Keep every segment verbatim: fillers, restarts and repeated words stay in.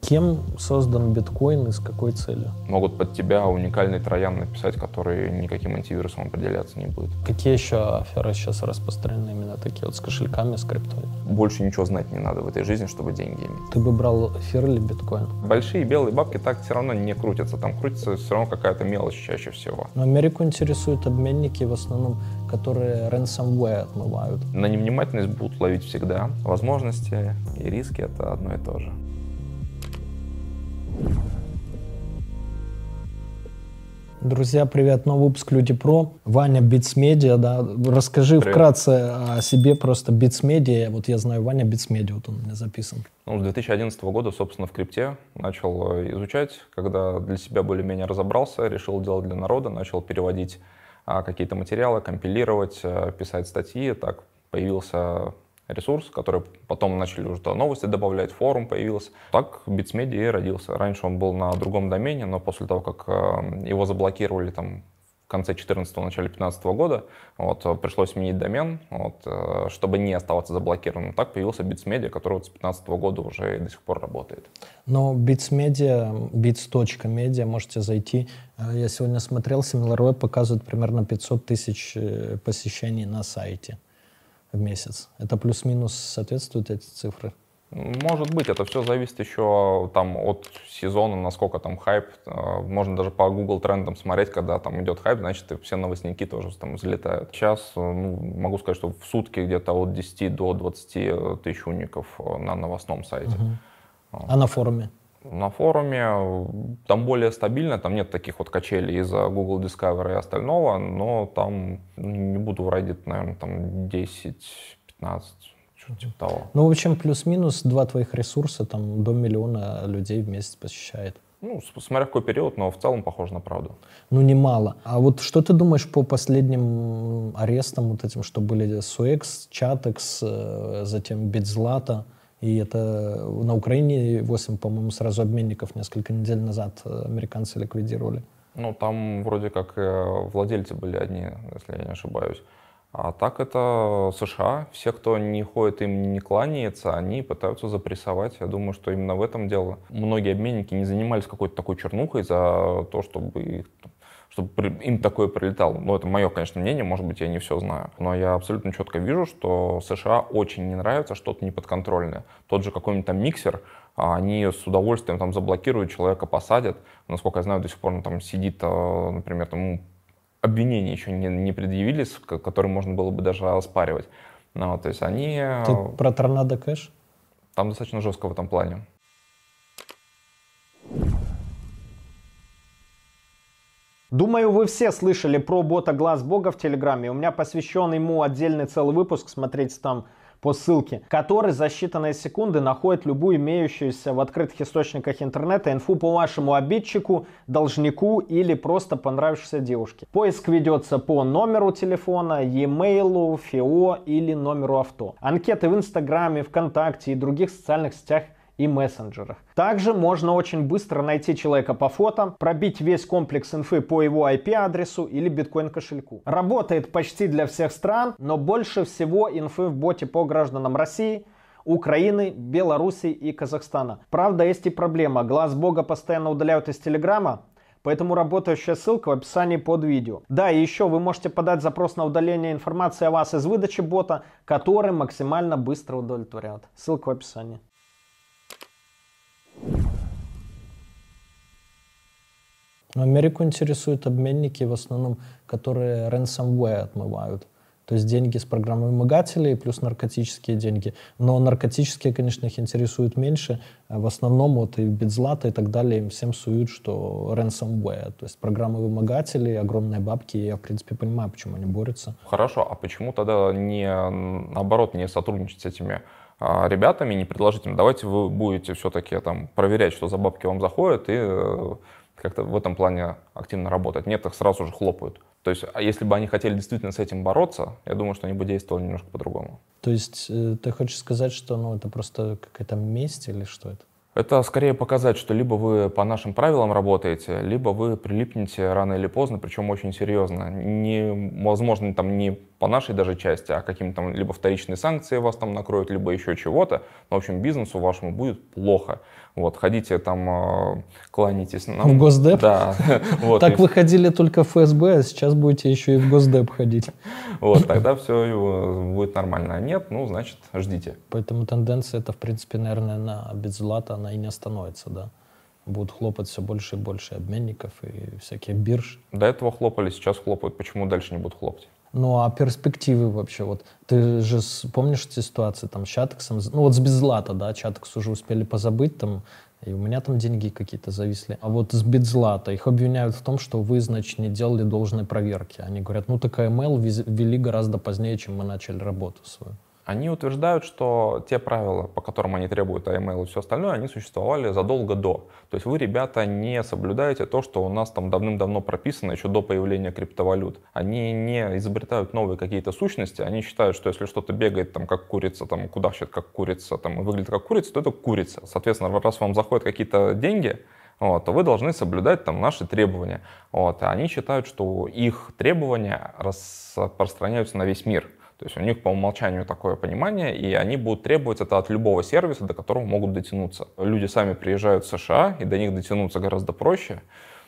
Кем создан биткоин и с какой целью? Могут под тебя уникальный троян написать, который никаким антивирусом определяться не будет. Какие еще аферы сейчас распространены именно такие вот с кошельками, с криптой? Больше ничего знать не надо в этой жизни, чтобы деньги иметь. Ты бы брал эфир или биткоин? Большие белые бабки так все равно не крутятся. Там крутится все равно какая-то мелочь чаще всего. Но Америку интересуют обменники в основном, которые ransomware отмывают. На невнимательность будут ловить всегда. Возможности и риски — это одно и то же. Друзья, привет! Новый выпуск Люди Про. Ваня, Bits Media, да. Расскажи привет. Вкратце о себе, просто Bits Media. Вот я знаю Ваня Bits Media, вот он у меня записан. Ну, с две тысячи одиннадцатого года, собственно, в крипте начал изучать. Когда для себя более-менее разобрался, решил делать для народа, начал переводить а, какие-то материалы, компилировать, а, писать статьи. Так появился ресурс, который потом начали уже новости добавлять, форум появился. Так Bits Media и родился. Раньше он был на другом домене, но после того, как его заблокировали там в конце четырнадцатого, начале пятнадцатого года, вот, пришлось сменить домен, вот, чтобы не оставаться заблокированным. Так появился Bits Media, который вот с пятнадцатого года уже до сих пор работает. Но Bits Media, bits точка media, можете зайти. Я сегодня смотрел, SimilarWeb показывает примерно пятьсот тысяч посещений на сайте в месяц. Это плюс-минус соответствуют эти цифры? Может быть, это все зависит еще там от сезона, насколько там хайп. Можно даже по Google трендам смотреть, когда там идет хайп, значит, все новостники тоже там взлетают. Сейчас, ну, могу сказать, что в сутки где-то от десяти до двадцати тысяч уников на новостном сайте. Угу. А на форуме? На форуме там более стабильно, там нет таких вот качелей из-за Google Discovery и остального, но там, не буду врать, наверное, там десять-пятнадцать, что-то типа того. Ну, в общем, плюс-минус два твоих ресурса, там до миллиона людей в месяц посещает. Ну, смотря какой период, но в целом похоже на правду. Ну, немало. А вот что ты думаешь по последним арестам вот этим, что были Суэкс, Чатекс, затем Битзлата? И это на Украине восемь, по-моему, сразу обменников несколько недель назад американцы ликвидировали. Ну, там вроде как владельцы были одни, если я не ошибаюсь. А так это США. Все, кто не ходит им, не кланяется, они пытаются запрессовать. Я думаю, что именно в этом дело. Многие обменники не занимались какой-то такой чернухой за то, чтобы их... чтобы им такое прилетало. Ну, это мое, конечно, мнение, может быть, я не все знаю. Но я абсолютно четко вижу, что США очень не нравится что-то неподконтрольное. Тот же какой-нибудь там миксер, они с удовольствием там заблокируют, человека посадят. Насколько я знаю, до сих пор он там сидит, например, там, обвинения еще не, не предъявились, которые можно было бы даже оспаривать. Ну, то есть они... Ты про Торнадо Кэш? Там достаточно жестко в этом плане. Думаю, вы все слышали про бота Глаз Бога в Телеграме. У меня посвящен ему отдельный целый выпуск, смотрите там по ссылке, который за считанные секунды находит любую имеющуюся в открытых источниках интернета инфу по вашему обидчику, должнику или просто понравившейся девушке. Поиск ведется по номеру телефона, e-mail, ФИО или номеру авто. Анкеты в Инстаграме, ВКонтакте и других социальных сетях и мессенджерах. Также можно очень быстро найти человека по фото, пробить весь комплекс инфы по его ай пи-адресу или биткоин-кошельку. Работает почти для всех стран, но больше всего инфы в боте по гражданам России, Украины, Белоруссии и Казахстана. Правда, есть и проблема. Глаз Бога постоянно удаляют из Телеграма, поэтому работающая ссылка в описании под видео. Да, и еще вы можете подать запрос на удаление информации о вас из выдачи бота, который максимально быстро удовлетворят. Ссылка в описании. Америку интересуют обменники в основном, которые ransomware отмывают. То есть деньги с программы вымогателей плюс наркотические деньги. Но наркотические, конечно, их интересуют меньше. В основном вот и Битзлата и так далее им всем суют, что ransomware. То есть программы вымогателей, огромные бабки. Я, в принципе, понимаю, почему они борются. Хорошо, а почему тогда не, наоборот, не сотрудничать с этими ребятами, не предложить им, давайте вы будете все-таки там проверять, что за бабки вам заходят, и как-то в этом плане активно работать. Нет, их сразу же хлопают. То есть, а если бы они хотели действительно с этим бороться, я думаю, что они бы действовали немножко по-другому. То есть э, ты хочешь сказать, что ну, это просто какая-то месть или что это? Это скорее показать, что либо вы по нашим правилам работаете, либо вы прилипнете рано или поздно, причем очень серьезно. Не, возможно, там не по нашей даже части, а каким-то там либо вторичные санкции вас там накроют, либо еще чего-то. В общем, бизнесу вашему будет плохо. Вот, ходите там, кланяйтесь нам. В Госдеп? Да. Вот, так вы ходили только в эф эс бэ, а сейчас будете еще и в Госдеп ходить. Вот, тогда все будет нормально. А нет, ну, значит, ждите. Поэтому тенденция это, в принципе, наверное, на Битзлата, она и не остановится, да? Будут хлопать все больше и больше обменников и всяких бирж. До этого хлопали, сейчас хлопают. Почему дальше не будут хлопать? Ну, а перспективы вообще, вот, ты же помнишь эти ситуации, там, с Чатексом, ну, вот с Битзлата, да, Чатекс уже успели позабыть, там, и у меня там деньги какие-то зависли. А вот с Битзлата их обвиняют в том, что вы, значит, не делали должной проверки. Они говорят, ну, так АМЛ ввели гораздо позднее, чем мы начали работу свою. Они утверждают, что те правила, по которым они требуют эй эм эл и все остальное, они существовали задолго до. То есть вы, ребята, не соблюдаете то, что у нас там давным-давно прописано еще до появления криптовалют. Они не изобретают новые какие-то сущности, они считают, что если что-то бегает там как курица, там кудахчет как курица, там и выглядит как курица, то это курица. Соответственно, раз вам заходят какие-то деньги, вот, то вы должны соблюдать там наши требования. Вот, а они считают, что их требования распространяются на весь мир. То есть у них по умолчанию такое понимание, и они будут требовать это от любого сервиса, до которого могут дотянуться. Люди сами приезжают в США, и до них дотянуться гораздо проще.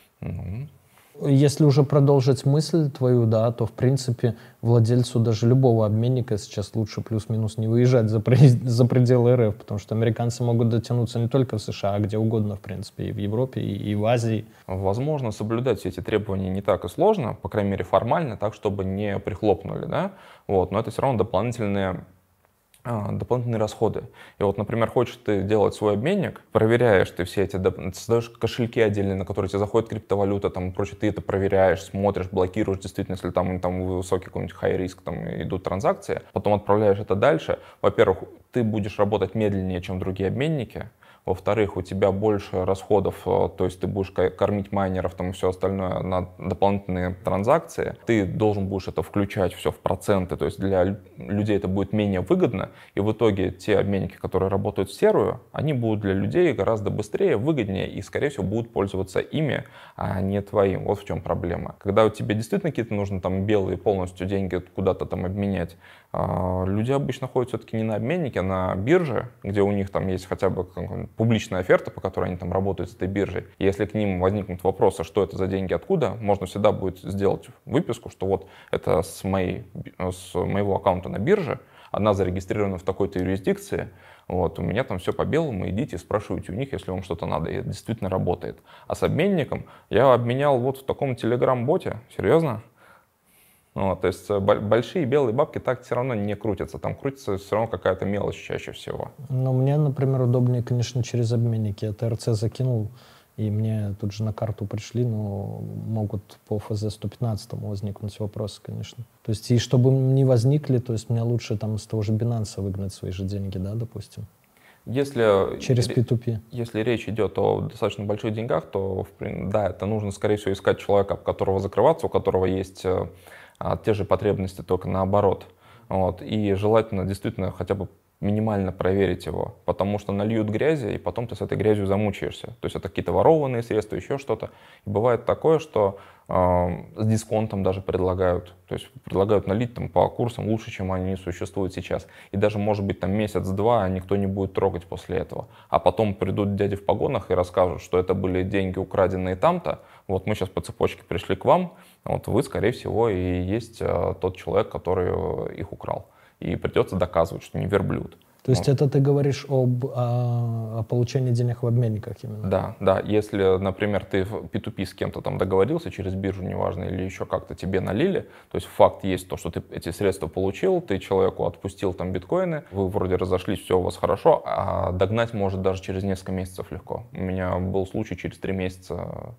Ну. Если уже продолжить мысль твою, да, то, в принципе, владельцу даже любого обменника сейчас лучше плюс-минус не выезжать за, за пределы эр эф, потому что американцы могут дотянуться не только в США, а где угодно, в принципе, и в Европе, и, и в Азии. Возможно, соблюдать все эти требования не так и сложно, по крайней мере, формально, так, чтобы не прихлопнули, да, вот, но это все равно дополнительные дополнительные расходы. И вот, например, хочешь ты делать свой обменник, проверяешь ты все эти, создаешь кошельки отдельные, на которые тебе заходит криптовалюта, там, и прочее, ты это проверяешь, смотришь, блокируешь, действительно, если там, там высокий какой-нибудь high risk, там идут транзакции, потом отправляешь это дальше. Во-первых, ты будешь работать медленнее, чем другие обменники. Во-вторых, у тебя больше расходов, то есть ты будешь кормить майнеров там, и все остальное на дополнительные транзакции. Ты должен будешь это включать все в проценты, то есть для людей это будет менее выгодно. И в итоге те обменники, которые работают в серую, они будут для людей гораздо быстрее, выгоднее и, скорее всего, будут пользоваться ими, а не твоим. Вот в чем проблема. Когда у тебя действительно какие-то нужно там белые полностью деньги куда-то там обменять, люди обычно ходят все-таки не на обменнике, а на бирже, где у них там есть хотя бы публичная оферта, по которой они там работают с этой биржей. И если к ним возникнут вопросы, что это за деньги, откуда, можно всегда будет сделать выписку, что вот это с, моей, с моего аккаунта на бирже, она зарегистрирована в такой-то юрисдикции, вот, у меня там все по белому, идите, спрашивайте у них, если вам что-то надо, и это действительно работает. А с обменником я обменял вот в таком телеграм-боте, серьезно? Вот, то есть большие белые бабки так все равно не крутятся, там крутится все равно какая-то мелочь чаще всего. Ну, мне, например, удобнее, конечно, через обменники. Я тэ эр цэ закинул, и мне тут же на карту пришли, но могут по эф зэ сто пятнадцать возникнуть вопросы, конечно. То есть, и чтобы не возникли, то есть мне лучше там с того же Binance выгнать свои же деньги, да, допустим? Если, через пи ту пи. Если речь идет о достаточно больших деньгах, то, да, это нужно, скорее всего, искать человека, об которого закрываться, у которого есть а, те же потребности, только наоборот. Вот. И желательно действительно хотя бы минимально проверить его, потому что нальют грязи, и потом ты с этой грязью замучаешься. То есть это какие-то ворованные средства, еще что-то. И бывает такое, что э, с дисконтом даже предлагают. То есть предлагают налить там, по курсам лучше, чем они существуют сейчас. И даже, может быть, там месяц-два никто не будет трогать после этого. А потом придут дяди в погонах и расскажут, что это были деньги, украденные там-то. Вот мы сейчас по цепочке пришли к вам, вот вы, скорее всего, и есть э, тот человек, который их украл. И придется доказывать, что не верблюд. То есть вот. Это ты говоришь об о, о получении денег в обменниках именно? Да, да. Если, например, ты в пи ту пи с кем-то там договорился через биржу, неважно, или еще как-то тебе налили, то есть факт есть то, что ты эти средства получил, ты человеку отпустил там биткоины, вы вроде разошлись, все у вас хорошо, а догнать может даже через несколько месяцев легко. У меня был случай через три месяца.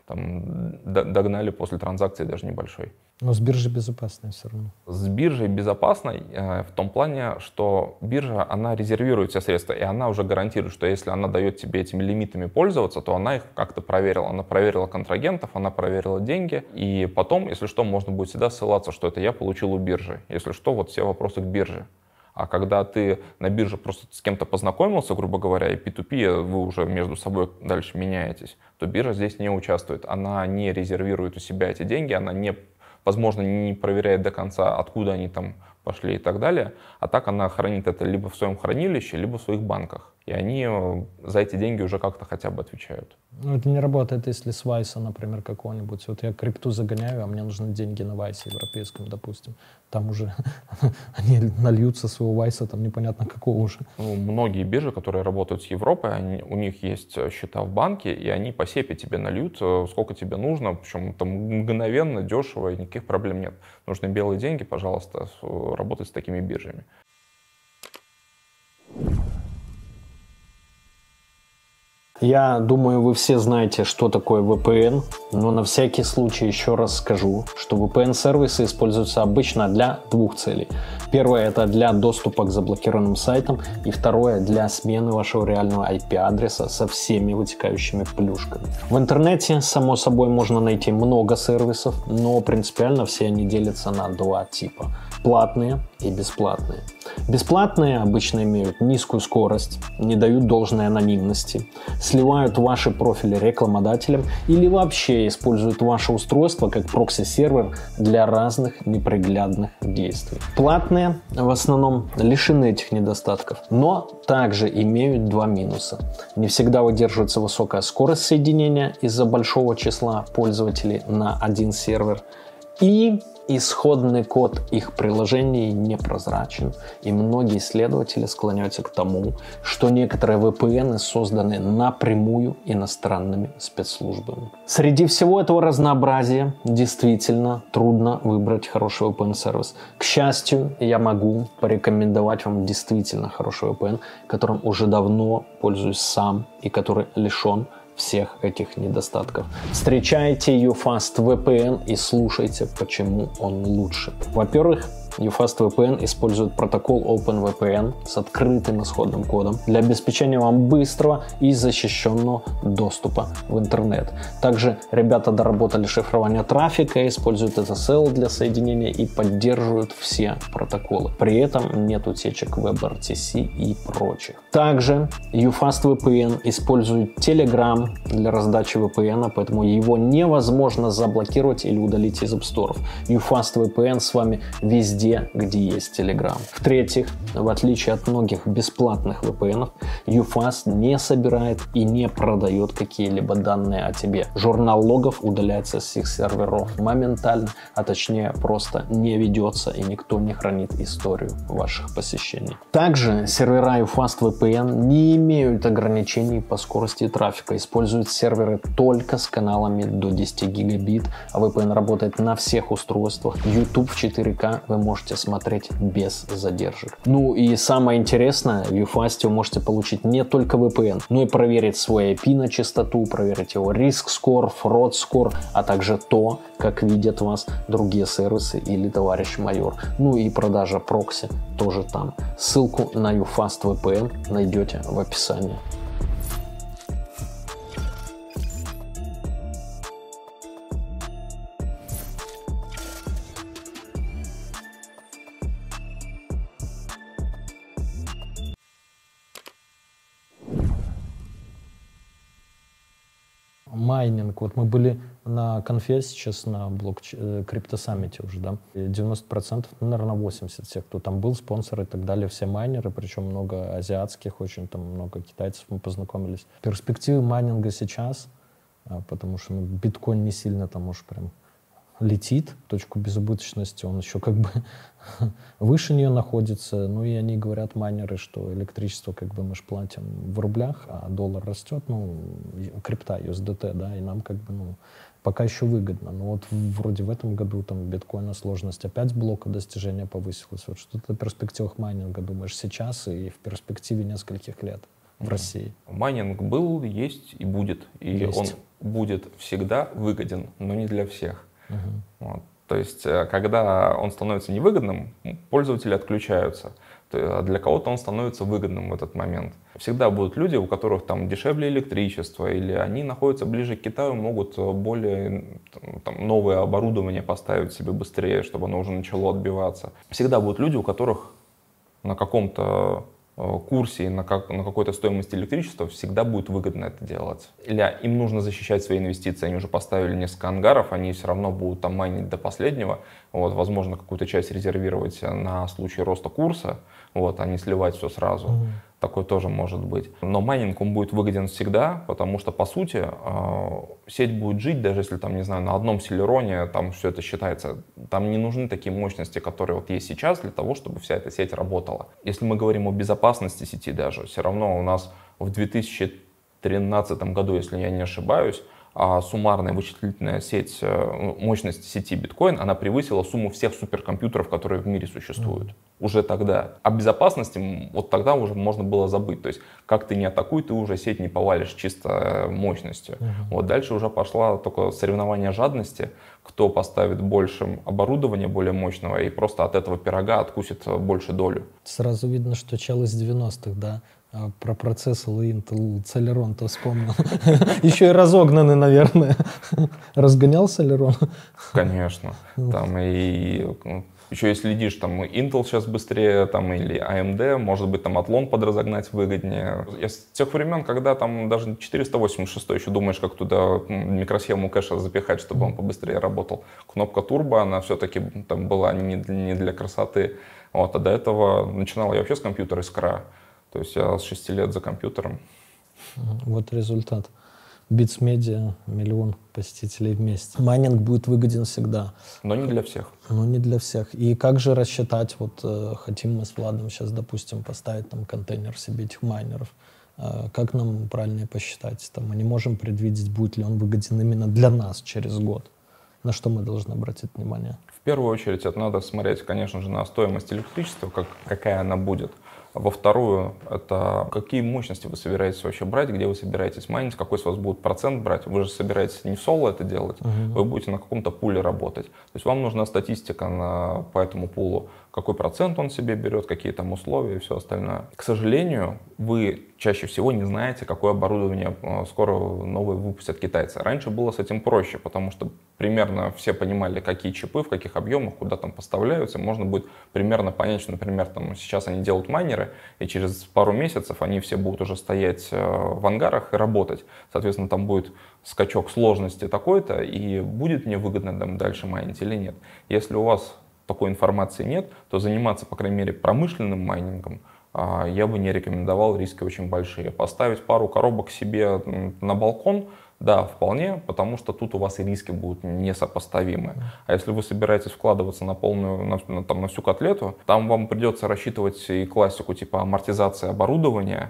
Там, догнали после транзакции даже небольшой. Но с биржей безопасно все равно. С биржей безопасно э, в том плане, что биржа, она резервирует все средства, и она уже гарантирует, что если она дает тебе этими лимитами пользоваться, то она их как-то проверила. Она проверила контрагентов, она проверила деньги, и потом, если что, можно будет всегда ссылаться, что это я получил у биржи. Если что, вот все вопросы к бирже. А когда ты на бирже просто с кем-то познакомился, грубо говоря, и пи ту пи вы уже между собой дальше меняетесь, то биржа здесь не участвует. Она не резервирует у себя эти деньги, она не возможно, не проверяет до конца, откуда они там пошли и так далее. А так она хранит это либо в своем хранилище, либо в своих банках. И они за эти деньги уже как-то хотя бы отвечают. Ну, это не работает, если с Вайса, например, какого-нибудь. Вот я крипту загоняю, а мне нужны деньги на Вайсе европейском, допустим. Там уже они нальются своего Вайса, там непонятно какого уже. Ну, многие биржи, которые работают с Европой, они, у них есть счета в банке, и они по сепе тебе нальют, сколько тебе нужно, причем там мгновенно, дешево, и никаких проблем нет. Нужны белые деньги, пожалуйста, работать с такими биржами. Я думаю, вы все знаете, что такое ви пи эн, но на всякий случай еще раз скажу, что ви пи эн-сервисы используются обычно для двух целей. Первое – это для доступа к заблокированным сайтам, и второе – для смены вашего реального ай пи-адреса со всеми вытекающими плюшками. В интернете, само собой, можно найти много сервисов, но принципиально все они делятся на два типа – платные и бесплатные. Бесплатные обычно имеют низкую скорость, не дают должной анонимности, сливают ваши профили рекламодателям или вообще используют ваше устройство как прокси-сервер для разных неприглядных действий. Платные в основном лишены этих недостатков, но также имеют два минуса. Не всегда выдерживается высокая скорость соединения из-за большого числа пользователей на один сервер, и исходный код их приложений непрозрачен, и многие исследователи склоняются к тому, что некоторые ви пи эн созданы напрямую иностранными спецслужбами. Среди всего этого разнообразия действительно трудно выбрать хороший ви пи эн-сервис. К счастью, я могу порекомендовать вам действительно хороший ви пи эн, которым уже давно пользуюсь сам и который лишен всех этих недостатков. Встречайте YouFast ви пи эн и слушайте, почему он лучше. Во-первых, YouFast ви пи эн использует протокол OpenVPN с открытым исходным кодом для обеспечения вам быстрого и защищенного доступа в интернет. Также ребята доработали шифрование трафика, используют эс эс эл для соединения и поддерживают все протоколы. При этом нет утечек WebRTC и прочих. Также YouFast ви пи эн использует Telegram для раздачи ви пи эн, поэтому его невозможно заблокировать или удалить из App Store. YouFast ви пи эн с вами везде, где есть Telegram. В-третьих, в отличие от многих бесплатных ви пи эн, YouFast не собирает и не продает какие-либо данные о тебе. Журнал логов удаляется с их серверов моментально, а точнее просто не ведется, и никто не хранит историю ваших посещений. Также сервера YouFast ви пи эн не имеют ограничений по скорости трафика, используют серверы только с каналами до десяти гигабит, а ви пи эн работает на всех устройствах. YouTube в четыре ка вы можете смотреть без задержек. Ну и самое интересное, в YouFast вы можете получить не только ви пи эн, но и проверить свой ай пи на чистоту, проверить его риск скор, fraud скор, а также то, как видят вас другие сервисы или товарищ майор. Ну и продажа прокси тоже там. Ссылку на YouFast ви пи эн найдете в описании. Майнинг. Вот мы были на конфе сейчас на блок криптосаммите уже, да. девяносто процентов, ну, наверное, восемьдесят процентов всех, кто там был, спонсоры и так далее, все майнеры, причем много азиатских, очень там много китайцев мы познакомились. Перспективы майнинга сейчас, потому что ну, биткоин не сильно там уж прям летит, точку безубыточности, он еще как бы выше нее находится. Ну и они говорят, майнеры, что электричество как бы мы же платим в рублях, а доллар растет, ну, крипта, ю эс ди ти, да, и нам как бы, ну, пока еще выгодно. Но вот вроде в этом году там биткоина сложность опять блока достижения повысилась. Вот что ты о перспективах майнинга думаешь сейчас и в перспективе нескольких лет в России? Майнинг был, есть и будет. И есть. Он будет всегда выгоден, но не для всех. Угу. Вот. То есть, когда он становится невыгодным, пользователи отключаются. А для кого-то он становится выгодным в этот момент. Всегда будут люди, у которых там дешевле электричество, или они находятся ближе к Китаю, могут более там, новое оборудование поставить себе быстрее, чтобы оно уже начало отбиваться. Всегда будут люди, у которых на каком-то курсе, на, как, на какой-то стоимости электричества, всегда будет выгодно это делать. Или им нужно защищать свои инвестиции, они уже поставили несколько ангаров, они все равно будут там майнить до последнего, вот, возможно, какую-то часть резервировать на случай роста курса, вот, а не сливать все сразу. Mm-hmm. Такое тоже может быть. Но майнинг, он будет выгоден всегда, потому что, по сути, сеть будет жить, даже если, там, не знаю, на одном селероне там все это считается. Там не нужны такие мощности, которые вот есть сейчас, для того, чтобы вся эта сеть работала. Если мы говорим о безопасности сети даже, все равно у нас в две тысячи тринадцатом году, если я не ошибаюсь, а суммарная вычислительная сеть, мощность сети биткоин, она превысила сумму всех суперкомпьютеров, которые в мире существуют. Mm-hmm. Уже тогда. О безопасности вот тогда уже можно было забыть. То есть как ты не атакуй, ты уже сеть не повалишь чисто мощностью. Mm-hmm. Вот дальше уже пошла только соревнование жадности, кто поставит больше оборудования, более мощного, и просто от этого пирога откусит больше долю. Сразу видно, что чел из девяностых, да? Про процессоры Intel Celeron-то вспомнил. Еще и разогнанный, наверное. Разгонял Celeron? Конечно. Там и еще если следишь, там Intel сейчас быстрее, там или эй эм ди, может быть, там Athlon подразогнать выгоднее. Я с тех времен, когда там даже четыреста восемьдесят шесть еще думаешь, как туда микросхему кэша запихать, чтобы он побыстрее работал. Кнопка турбо, она все-таки там была не для, не для красоты. Вот, а до этого начинал я вообще с компьютера Искра. То есть я с шести лет за компьютером. Вот результат. Bits Media, миллион посетителей в месяц. Майнинг будет выгоден всегда. Но не для всех. Но не для всех. И как же рассчитать, вот э, хотим мы с Владом сейчас, допустим, поставить там контейнер себе этих майнеров. Э, как нам правильно посчитать? Там, мы не можем предвидеть, будет ли он выгоден именно для нас через год. На что мы должны обратить внимание? В первую очередь это надо смотреть, конечно же, на стоимость электричества, как, какая она будет. Во вторую, это какие мощности вы собираетесь вообще брать, где вы собираетесь майнить, какой с вас будет процент брать. Вы же собираетесь не в соло это делать, uh-huh. вы будете на каком-то пуле работать. То есть вам нужна статистика на, по этому пулу, какой процент он себе берет, какие там условия и все остальное. К сожалению, вы чаще всего не знаете, какое оборудование скоро новое выпустят китайцы. Раньше было с этим проще, потому что примерно все понимали, какие чипы, в каких объемах, куда там поставляются. Можно будет примерно понять, что, например, там, сейчас они делают майнеры, и через пару месяцев они все будут уже стоять в ангарах и работать. Соответственно, там будет скачок сложности такой-то, и будет мне выгодно там дальше майнить или нет. Если у вас такой информации нет, то заниматься, по крайней мере, промышленным майнингом я бы не рекомендовал, риски очень большие. Поставить пару коробок себе на балкон, да, вполне, потому что тут у вас и риски будут несопоставимы. А если вы собираетесь вкладываться на полную, на, на, там, на всю котлету, там вам придется рассчитывать и классику типа амортизации оборудования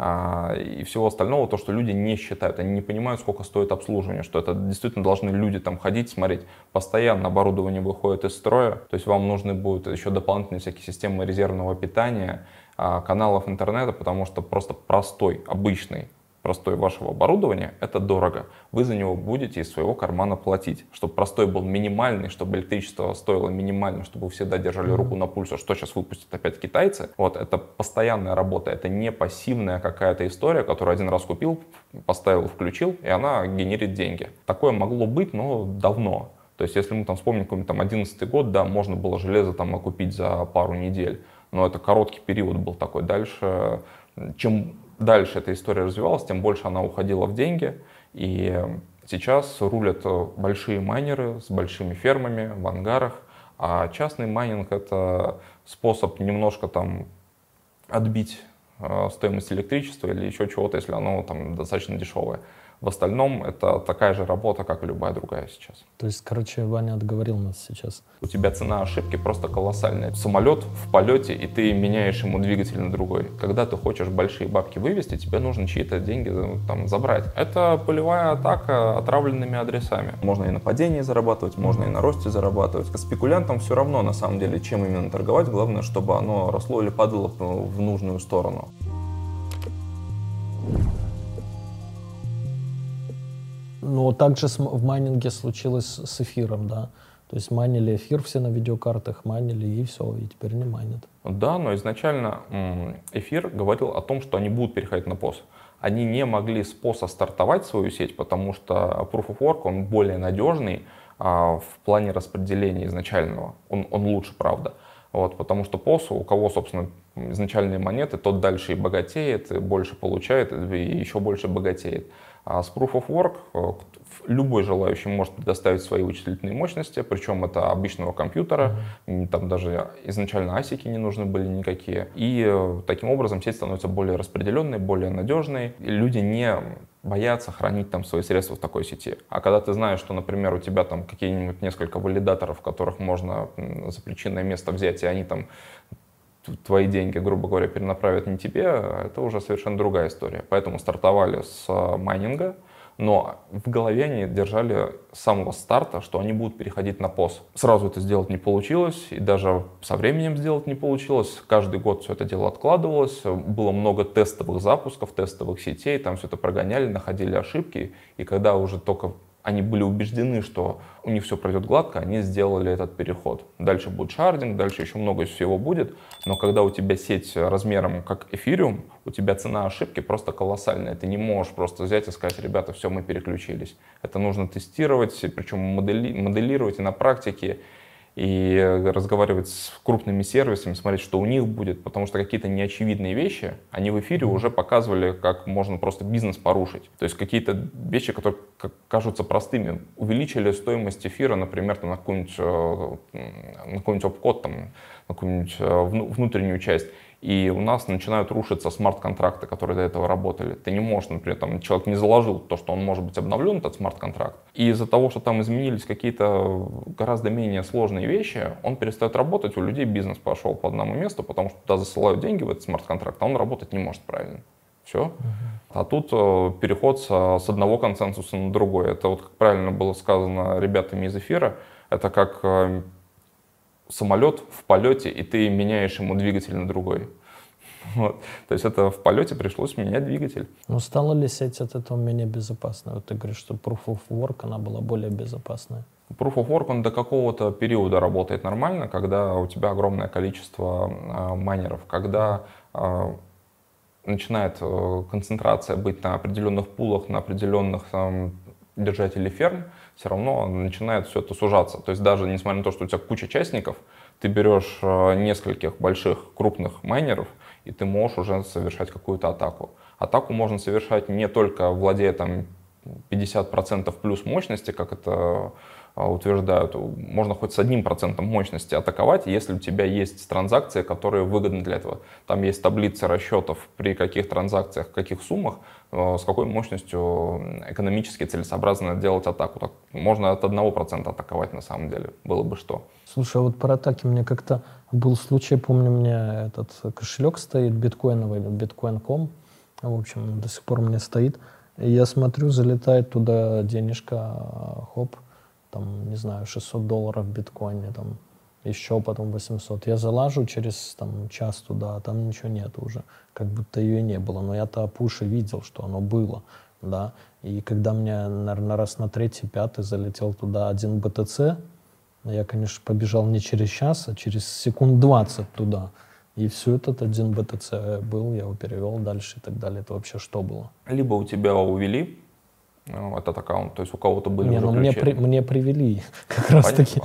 а, и всего остального, то, что люди не считают, они не понимают, сколько стоит обслуживание, что это действительно должны люди там ходить, смотреть. Постоянно оборудование выходит из строя, то есть вам нужны будут еще дополнительные всякие системы резервного питания, а, каналов интернета, потому что просто простой, обычный, простой вашего оборудования, это дорого. Вы за него будете из своего кармана платить. Чтобы простой был минимальный, чтобы электричество стоило минимально, чтобы вы всегда держали руку на пульсе, что сейчас выпустят опять китайцы. Вот, это постоянная работа, это не пассивная какая-то история, которую один раз купил, поставил, включил, и она генерит деньги. Такое могло быть, но давно. То есть, если мы там вспомним какой-нибудь там одиннадцатый год, да, можно было железо там накупить за пару недель. Но это короткий период был такой. Дальше, чем дальше эта история развивалась, тем больше она уходила в деньги. И сейчас рулят большие майнеры с большими фермами в ангарах. А частный майнинг — это способ немножко там отбить стоимость электричества или еще чего-то, если оно там достаточно дешевое. В остальном это такая же работа, как и любая другая сейчас. То есть, короче, Ваня отговорил нас сейчас. У тебя цена ошибки просто колоссальная. Самолет в полете, и ты меняешь ему двигатель на другой. Когда ты хочешь большие бабки вывести, тебе нужно чьи-то деньги там забрать. Это полевая атака отравленными адресами. Можно и на падении зарабатывать, можно и на росте зарабатывать. Спекулянтам все равно, на самом деле, чем именно торговать. Главное, чтобы оно росло или падало в нужную сторону. Но также в майнинге случилось с эфиром, да. То есть майнили эфир все на видеокартах, майнили и все, и теперь не майнят. Да, но изначально эфир говорил о том, что они будут переходить на пос. Они не могли с поса стартовать свою сеть, потому что Proof of Work, он более надежный а, в плане распределения изначального. Он, он лучше, правда. Вот, потому что пи о эс, у кого, собственно, изначальные монеты, тот дальше и богатеет, и больше получает, и еще больше богатеет. А с Proof of Work любой желающий может предоставить свои вычислительные мощности, причем это обычного компьютера, mm-hmm. там даже изначально асики не нужны были никакие. И таким образом сеть становится более распределенной, более надежной. И люди не боятся хранить там свои средства в такой сети. А когда ты знаешь, что, например, у тебя там какие-нибудь несколько валидаторов, которых можно за причинное место взять, и они там твои деньги, грубо говоря, перенаправят не тебе, это уже совершенно другая история. Поэтому стартовали с майнинга, но в голове они держали с самого старта, что они будут переходить на пи о эс. Сразу это сделать не получилось, и даже со временем сделать не получилось. Каждый год все это дело откладывалось, было много тестовых запусков, тестовых сетей, там все это прогоняли, находили ошибки, и когда уже только они были убеждены, что у них все пройдет гладко, они сделали этот переход. Дальше будет шардинг, дальше еще много всего будет, но когда у тебя сеть размером как эфириум, у тебя цена ошибки просто колоссальная. Ты не можешь просто взять и сказать: ребята, все, мы переключились. Это нужно тестировать, причем модели, моделировать и на практике, и разговаривать с крупными сервисами, смотреть, что у них будет, потому что какие-то неочевидные вещи, они в эфире уже показывали, как можно просто бизнес порушить. То есть какие-то вещи, которые кажутся простыми, увеличили стоимость эфира, например, там, на какой-нибудь, на какой-нибудь опкод, там, на какую-нибудь внутреннюю часть. И у нас начинают рушиться смарт-контракты, которые до этого работали. Ты не можешь, например, там, человек не заложил то, что он может быть обновлен, этот смарт-контракт. И из-за того, что там изменились какие-то гораздо менее сложные вещи, он перестает работать, у людей бизнес пошел по одному месту, потому что туда засылают деньги в этот смарт-контракт, а он работать не может правильно. Все. Uh-huh. А тут э, переход с, с одного консенсуса на другой. Это вот, как правильно было сказано ребятами из эфира, это как... Э, самолет в полете, и ты меняешь ему двигатель на другой. Вот. То есть это в полете пришлось менять двигатель. Но стала ли сеть от этого менее безопасной? Вот ты говоришь, что Proof of Work, она была более безопасной. Proof of Work, он до какого-то периода работает нормально, когда у тебя огромное количество э, майнеров, когда э, начинает э, концентрация быть на определенных пулах, на определенных э, держателей ферм, все равно начинает все это сужаться. То есть даже несмотря на то, что у тебя куча частников, ты берешь нескольких больших крупных майнеров, и ты можешь уже совершать какую-то атаку. Атаку можно совершать не только владея там пятьдесят процентов плюс мощности, как это утверждают, можно хоть с одним процентом мощности атаковать, если у тебя есть транзакции, которые выгодны для этого. Там есть таблицы расчетов, при каких транзакциях, в каких суммах, с какой мощностью экономически целесообразно делать атаку. Так, можно от одного процента атаковать на самом деле, было бы что. Слушай, а вот про атаки мне как-то был случай, помню, у меня этот кошелек стоит, биткоиновый, биткоин точка ком, в общем, до сих пор у меня стоит. И я смотрю, залетает туда денежка, хоп, там, не знаю, шестьсот долларов в биткоине, там, еще потом восемьсот. Я залажу через там, час туда, а там ничего нет уже, как будто ее и не было. Но я-то опуш и видел, что оно было, да. И когда мне, наверное, раз на третий, пятый залетел туда один бэ тэ цэ, я, конечно, побежал не через час, а через секунд двадцать туда. И все этот один бэ тэ цэ был, я его перевел дальше и так далее. Это вообще что было? Либо у тебя увели этот аккаунт, то есть у кого-то были не, уже ну мне, при, мне привели как раз таки.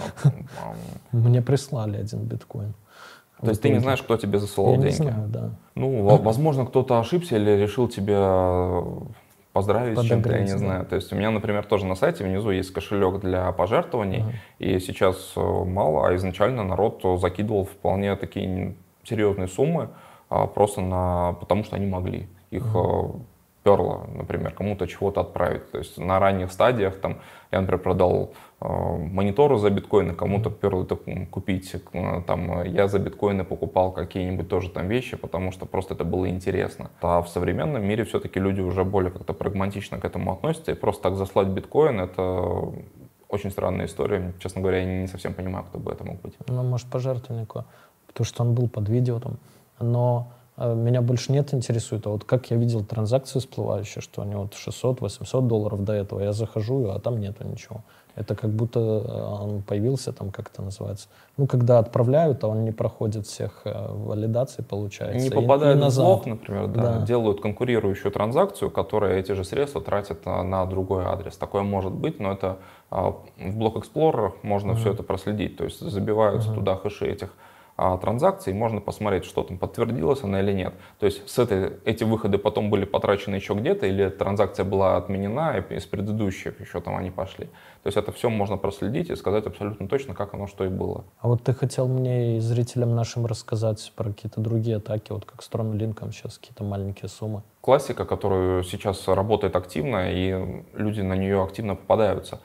Мне прислали один биткоин. То есть ты не знаешь, кто тебе засылал я деньги? Не знаю, да. Ну, возможно, кто-то ошибся или решил тебя поздравить с чем-то, я не да. знаю. То есть у меня, например, тоже на сайте внизу есть кошелек для пожертвований, uh-huh. и сейчас мало, а изначально народ закидывал вполне такие серьезные суммы, просто на, потому что они могли. Их uh-huh. перло, например, кому-то чего-то отправить. То есть на ранних стадиях, там, я, например, продал э, мониторы за биткоины, кому-то перло это купить. Там, я за биткоины покупал какие-нибудь тоже там вещи, потому что просто это было интересно. А в современном мире все-таки люди уже более как-то прагматично к этому относятся. И просто так заслать биткоин — это очень странная история. Честно говоря, я не совсем понимаю, кто бы это мог быть. Ну, может, пожертвовальнику, потому что он был под видео там. Но меня больше нет интересует, а вот как я видел транзакции всплывающие, что они вот шестьсот-восемьсот долларов до этого, я захожу, а там нету ничего. Это как будто он появился там, как это называется. Ну, когда отправляют, а он не проходит всех валидаций, получается. Не попадает в блок, например, да, да. делают конкурирующую транзакцию, которая эти же средства тратит на другой адрес. Такое может быть, но это в блок Explorer можно uh-huh. все это проследить. То есть забиваются uh-huh. туда хэши этих а, транзакций, и можно посмотреть, что там, подтвердилась она или нет. То есть с этой, эти выходы потом были потрачены еще где-то, или транзакция была отменена, и из предыдущих еще там они пошли. То есть это все можно проследить и сказать абсолютно точно, как оно что и было. А вот ты хотел мне и зрителям нашим рассказать про какие-то другие атаки, вот как с TronLink сейчас какие-то маленькие суммы. Классика, которая сейчас работает активно, и люди на нее активно попадаются.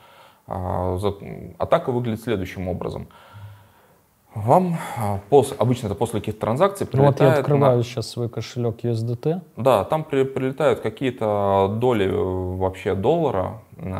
Атака выглядит следующим образом. Вам пос, обычно это после каких-то транзакций прилетает... Ну вот я открываю на... сейчас свой кошелек ю эс ди ти. Да, там при, прилетают какие-то доли вообще доллара,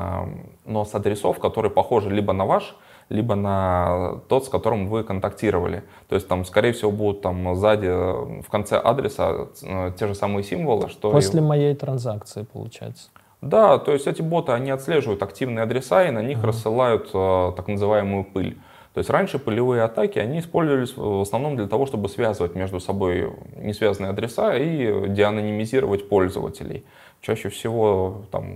но с адресов, которые похожи либо на ваш, либо на тот, с которым вы контактировали. То есть там, скорее всего, будут там сзади, в конце адреса те же самые символы, что... После и... моей транзакции, получается. Да, то есть эти боты, они отслеживают активные адреса и на них uh-huh. рассылают э, так называемую пыль. То есть раньше пылевые атаки, они использовались в основном для того, чтобы связывать между собой несвязанные адреса и деанонимизировать пользователей. Чаще всего там,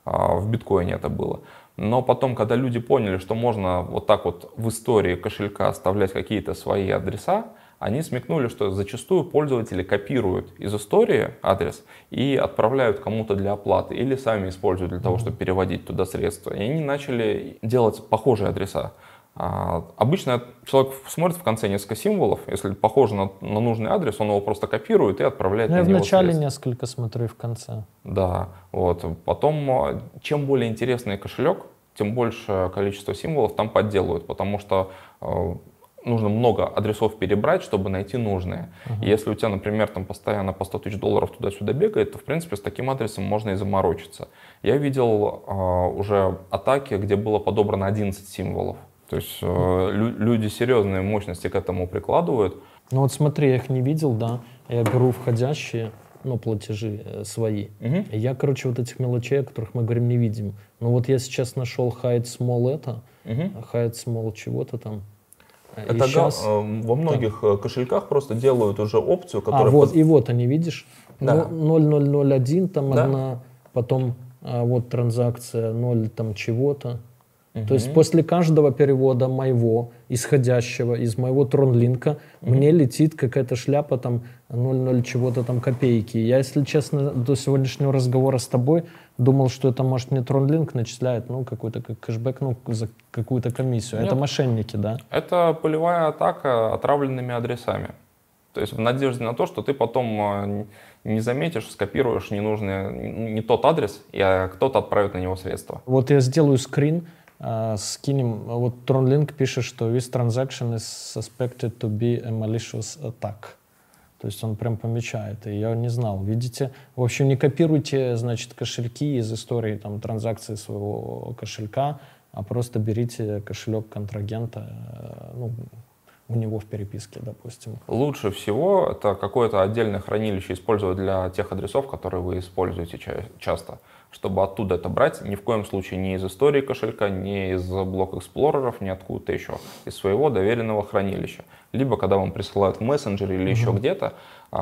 в биткоине это было. Но потом, когда люди поняли, что можно вот так вот в истории кошелька оставлять какие-то свои адреса, они смекнули, что зачастую пользователи копируют из истории адрес и отправляют кому-то для оплаты или сами используют для того, чтобы переводить туда средства. И они начали делать похожие адреса. А, обычно человек смотрит в конце несколько символов, если похоже на, на нужный адрес, он его просто копирует и отправляет ну, на я него в начале средства. несколько смотрю и в конце. Да, вот. Потом, чем более интересный кошелек, тем больше количество символов там подделывают, потому что э, нужно много адресов перебрать, чтобы найти нужные. Uh-huh. И если у тебя, например, там постоянно по сто тысяч долларов туда-сюда бегает, то, в принципе, с таким адресом можно и заморочиться. Я видел э, уже атаки, где было подобрано одиннадцать символов. То есть э, лю- люди серьезные мощности к этому прикладывают. Ну вот смотри, я их не видел, да. Я беру входящие, ну, платежи э, свои. Угу. И я, короче, вот этих мелочей, о которых мы говорим, не видим. Ну вот я сейчас нашел hide small это, угу. hide small чего-то там. Это и га- сейчас... во многих так. кошельках просто делают уже опцию, которая... А, вот, под... и вот они, видишь? Да. ноль ноль ноль один там да. одна, потом а, вот транзакция ноль там чего-то. Угу. То есть после каждого перевода моего, исходящего из моего TronLink, угу. мне летит какая-то шляпа там ноль ноль чего-то там копейки. Я, если честно, до сегодняшнего разговора с тобой думал, что это, может, мне TronLink начисляет, ну, какой-то как кэшбэк, ну, за какую-то комиссию. Нет. Это мошенники, да? Это пылевая атака отравленными адресами. То есть в надежде на то, что ты потом не заметишь, скопируешь ненужный, не тот адрес, и кто-то отправит на него средства. Вот я сделаю скрин, Uh, скинем. Вот TronLink пишет, что this transaction is suspected to be a malicious attack. То есть он прям помечает, и я не знал. Видите? В общем, не копируйте, значит, кошельки из истории там, транзакции своего кошелька, а просто берите кошелек контрагента, ну, у него в переписке, допустим. Лучше всего это какое-то отдельное хранилище использовать для тех адресов, которые вы используете ча- часто. Чтобы оттуда это брать, ни в коем случае не из истории кошелька, не из блок-эксплореров, ни откуда-то еще, из своего доверенного хранилища. Либо когда вам присылают в мессенджере или mm-hmm. еще где-то,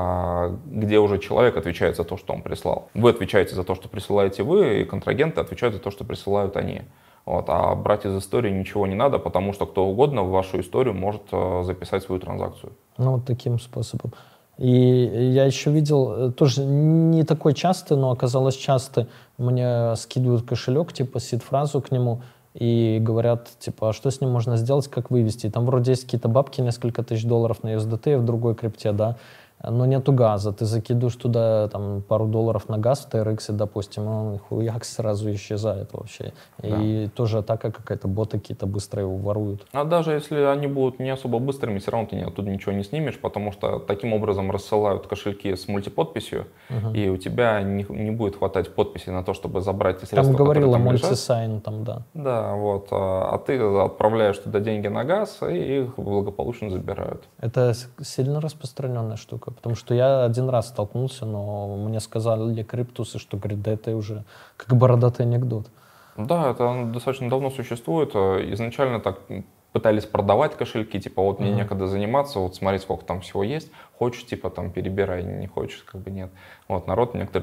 а, где уже человек отвечает за то, что он прислал. Вы отвечаете за то, что присылаете вы, и контрагенты отвечают за то, что присылают они. Вот, а брать из истории ничего не надо, потому что кто угодно в вашу историю может а, записать свою транзакцию. Ну, вот таким способом. И я еще видел, тоже не такой частый, но оказалось часто, мне скидывают кошелек, типа сид-фразу к нему, и говорят, типа, а что с ним можно сделать, как вывести? И там вроде есть какие-то бабки, несколько тысяч долларов на ю эс ди ти в другой крипте, да, но нету газа. Ты закидываешь туда там, пару долларов на газ в ти эр икс, допустим, он хуяк сразу исчезает вообще. Да. И тоже атака какая-то, боты какие-то быстро его воруют. А даже если они будут не особо быстрыми, все равно ты оттуда ничего не снимешь, потому что таким образом рассылают кошельки с мультиподписью, угу. и у тебя не, не будет хватать подписи на то, чтобы забрать те средства, там говорила, которые там лежат. мультисайн там, да. Да, вот. А ты отправляешь туда деньги на газ, и их благополучно забирают. Это сильно распространенная штука. Потому что я один раз столкнулся, но мне сказали криптусы, что, говорит, да это уже как бородатый анекдот. Да, это достаточно давно существует. Изначально так пытались продавать кошельки, типа вот мне mm-hmm. некогда заниматься, вот смотри, сколько там всего есть, хочешь, типа там перебирай, не хочешь, как бы нет. Вот народ некоторые там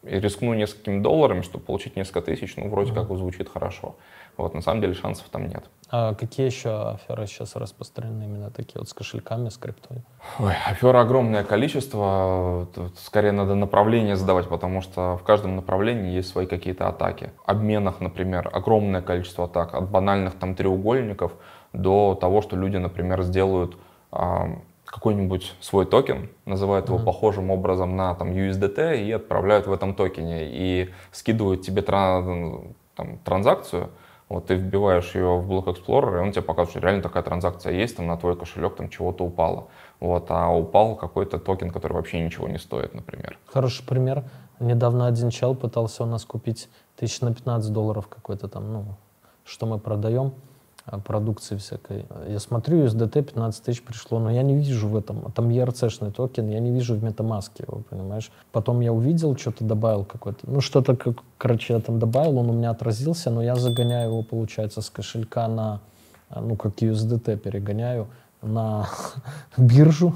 и рискну несколькими долларами, чтобы получить несколько тысяч, ну, вроде Mm-hmm. как звучит хорошо. Вот, на самом деле шансов там нет. А какие еще аферы сейчас распространены именно такие вот с кошельками, с криптой? Ой, афер огромное количество. Тут скорее надо направление задавать, потому что в каждом направлении есть свои какие-то атаки. Обменах, например, огромное количество атак. От банальных там треугольников до того, что люди, например, сделают а, какой-нибудь свой токен, называют его mm-hmm. похожим образом на там, ю эс ди ти и отправляют в этом токене. И скидывают тебе тран, там, транзакцию. Вот ты вбиваешь ее в Block Explorer, и он тебе показывает, что реально такая транзакция есть, там на твой кошелек там чего-то упало. Вот, а упал какой-то токен, который вообще ничего не стоит, например. Хороший пример. Недавно один чел пытался у нас купить тысяч на пятнадцать долларов какой-то там, ну, что мы продаем, продукции всякой. Я смотрю, ю эс ди ти пятнадцать тысяч пришло, но я не вижу в этом. Там и ар си-шный токен, я не вижу в MetaMask его, понимаешь? Потом я увидел, что-то добавил какой-то. Ну, что-то, как, короче, я там добавил, он у меня отразился, но я загоняю его, получается, с кошелька на, ну, как ю эс ди ти перегоняю на биржу.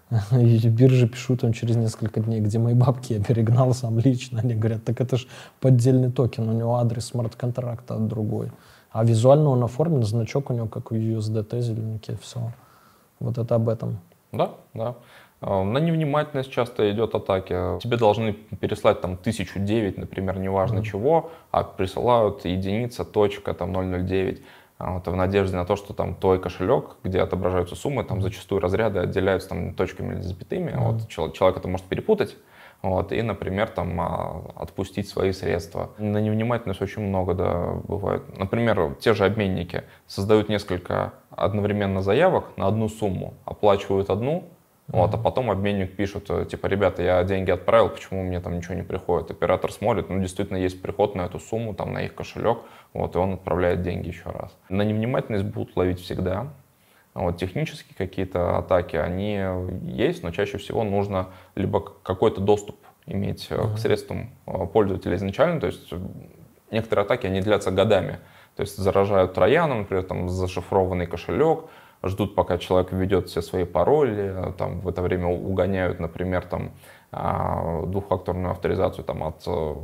И в бирже пишу там через несколько дней, где мои бабки я перегнал сам лично. Они говорят, так это же поддельный токен, у него адрес смарт-контракта другой. А визуально он оформлен, значок у него как у ю эс ди ти, зелененький, все. Вот это об этом. Да, да. На невнимательность часто идет атаки. Тебе должны переслать там тысячу девять, например, неважно mm-hmm. чего, а присылают единица, точка, там ноль ноль девять. Вот, в надежде на то, что там твой кошелек, где отображаются суммы, там зачастую разряды отделяются там точками или запятыми. Mm-hmm. Вот, человек это может перепутать. Вот, и, например, там, отпустить свои средства. На невнимательность очень много, да, бывает. Например, те же обменники создают несколько одновременно заявок на одну сумму, оплачивают одну, mm-hmm. вот, а потом обменник пишет, типа, ребята, я деньги отправил, почему мне там ничего не приходит? Оператор смотрит, ну, действительно, есть приход на эту сумму, там, на их кошелек, вот, и он отправляет деньги еще раз. На невнимательность будут ловить всегда. Вот, технические какие-то атаки, они есть, но чаще всего нужно либо какой-то доступ иметь mm-hmm. к средствам пользователя изначально, то есть некоторые атаки, они длятся годами, то есть заражают трояном, например, там зашифрованный кошелек, ждут, пока человек введет все свои пароли, там в это время угоняют, например, там двухфакторную авторизацию там, от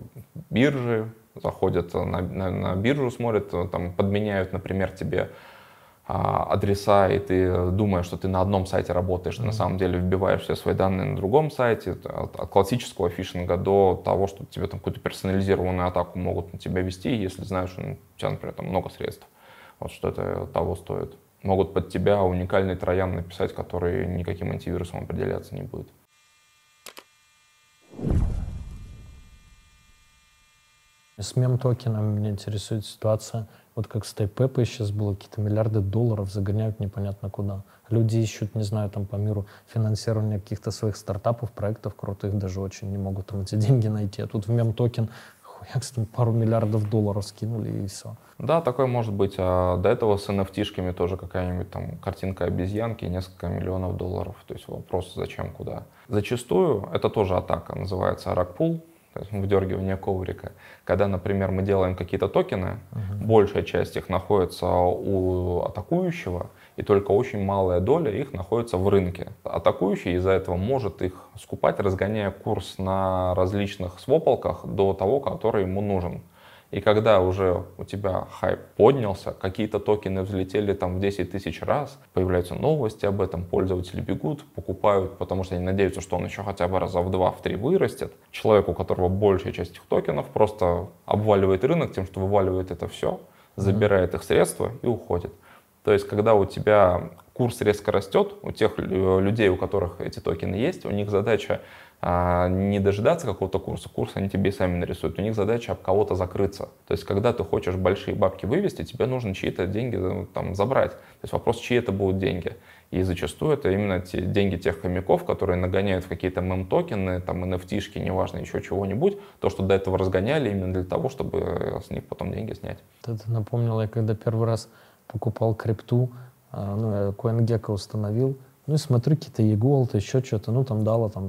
биржи, заходят на, на, на биржу, смотрят, там подменяют, например, тебе адреса, и ты думаешь, что ты на одном сайте работаешь, mm-hmm. на самом деле вбиваешь все свои данные на другом сайте, от, от классического фишинга до того, что тебе там какую-то персонализированную атаку могут на тебя вести, если знаешь, что у тебя, например, там много средств, вот что это того стоит. Могут под тебя уникальный троян написать, который никаким антивирусом определяться не будет. С мем-токенами меня интересует ситуация, вот как с Тайпепой сейчас было, какие-то миллиарды долларов загоняют непонятно куда. Люди ищут, не знаю, там по миру финансирование каких-то своих стартапов, проектов крутых, даже очень не могут там эти деньги найти. А тут в мем-токен хуяк, там пару миллиардов долларов скинули и все. Да, такое может быть. А до этого с эн эф ти-шками тоже какая-нибудь там картинка обезьянки, несколько миллионов долларов. То есть вопрос, зачем, куда. Зачастую это тоже атака, называется раг-пул. То есть выдергивание коврика. Когда, например, мы делаем какие-то токены, uh-huh. большая часть их находится у атакующего, и только очень малая доля их находится в рынке. Атакующий из-за этого может их скупать, разгоняя курс на различных свополках до того, который ему нужен. И когда уже у тебя хайп поднялся, какие-то токены взлетели там в десять тысяч раз, появляются новости об этом, пользователи бегут, покупают, потому что они надеются, что он еще хотя бы раза в два, в три вырастет. Человек, у которого большая часть этих токенов, просто обваливает рынок тем, что вываливает это все, забирает их средства и уходит. То есть, когда у тебя курс резко растет, у тех людей, у которых эти токены есть, у них задача а, не дожидаться какого-то курса, курс они тебе и сами нарисуют, у них задача об кого-то закрыться. То есть, когда ты хочешь большие бабки вывести, тебе нужно чьи-то деньги там, забрать. То есть, вопрос, чьи это будут деньги. И зачастую это именно те деньги тех хомяков, которые нагоняют в какие-то мем-токены, там, эн эф ти-шки, неважно, еще чего-нибудь, то, что до этого разгоняли именно для того, чтобы с них потом деньги снять. Это напомнило, я когда первый раз покупал крипту, ну, я CoinGecko установил, ну и смотрю, какие-то e-gold, еще что-то, ну там дало там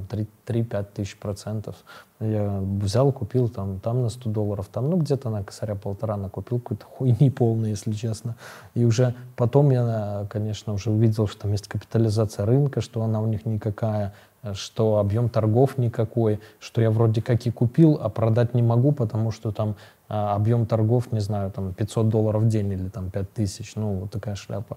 три-пять тысяч процентов. Я взял, купил там, там на сто долларов, там, ну, где-то на косаря полтора накупил какой-то хуйни полной, если честно. И уже потом я, конечно, уже увидел, что там есть капитализация рынка, что она у них никакая, что объем торгов никакой, что я вроде как и купил, а продать не могу, потому что там а, объем торгов, не знаю, там пятьсот долларов в день или там пять тысяч, ну, вот такая шляпа.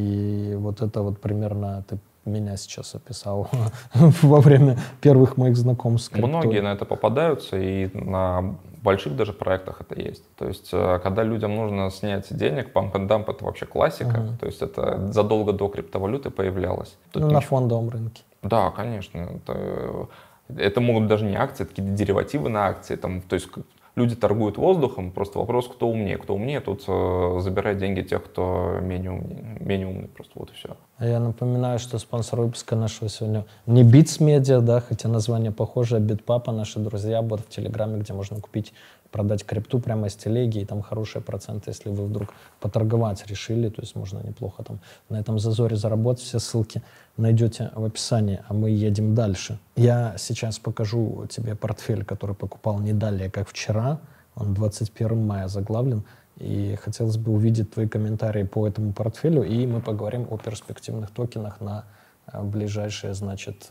И вот это вот примерно ты меня сейчас описал во время первых моих знакомств с криптой. Многие на это попадаются, и на больших даже проектах это есть. То есть, когда людям нужно снять денег, памп-энд-дамп — это вообще классика. Uh-huh. То есть, это задолго до криптовалюты появлялось. Тут ну, ничего... на фондовом рынке. Да, конечно. Это, это могут даже не акции, такие деривативы на акции. Там, то есть, люди торгуют воздухом, просто вопрос, кто умнее. Кто умнее, тут э, забирает деньги тех, кто менее умнее, менее умный. Просто вот и все. Я напоминаю, что спонсор выпуска нашего сегодня не Bits Media, да, хотя название похоже, а BitPapa, наши друзья, бот в Телеграме, где можно купить, продать крипту прямо из телеги, и там хорошие проценты, если вы вдруг поторговать решили, то есть можно неплохо там на этом зазоре заработать. Все ссылки найдете в описании, а мы едем дальше. Я сейчас покажу тебе портфель, который покупал не далее, как вчера. Он двадцать первого мая заглавлен. И хотелось бы увидеть твои комментарии по этому портфелю, и мы поговорим о перспективных токенах на ближайшие, значит,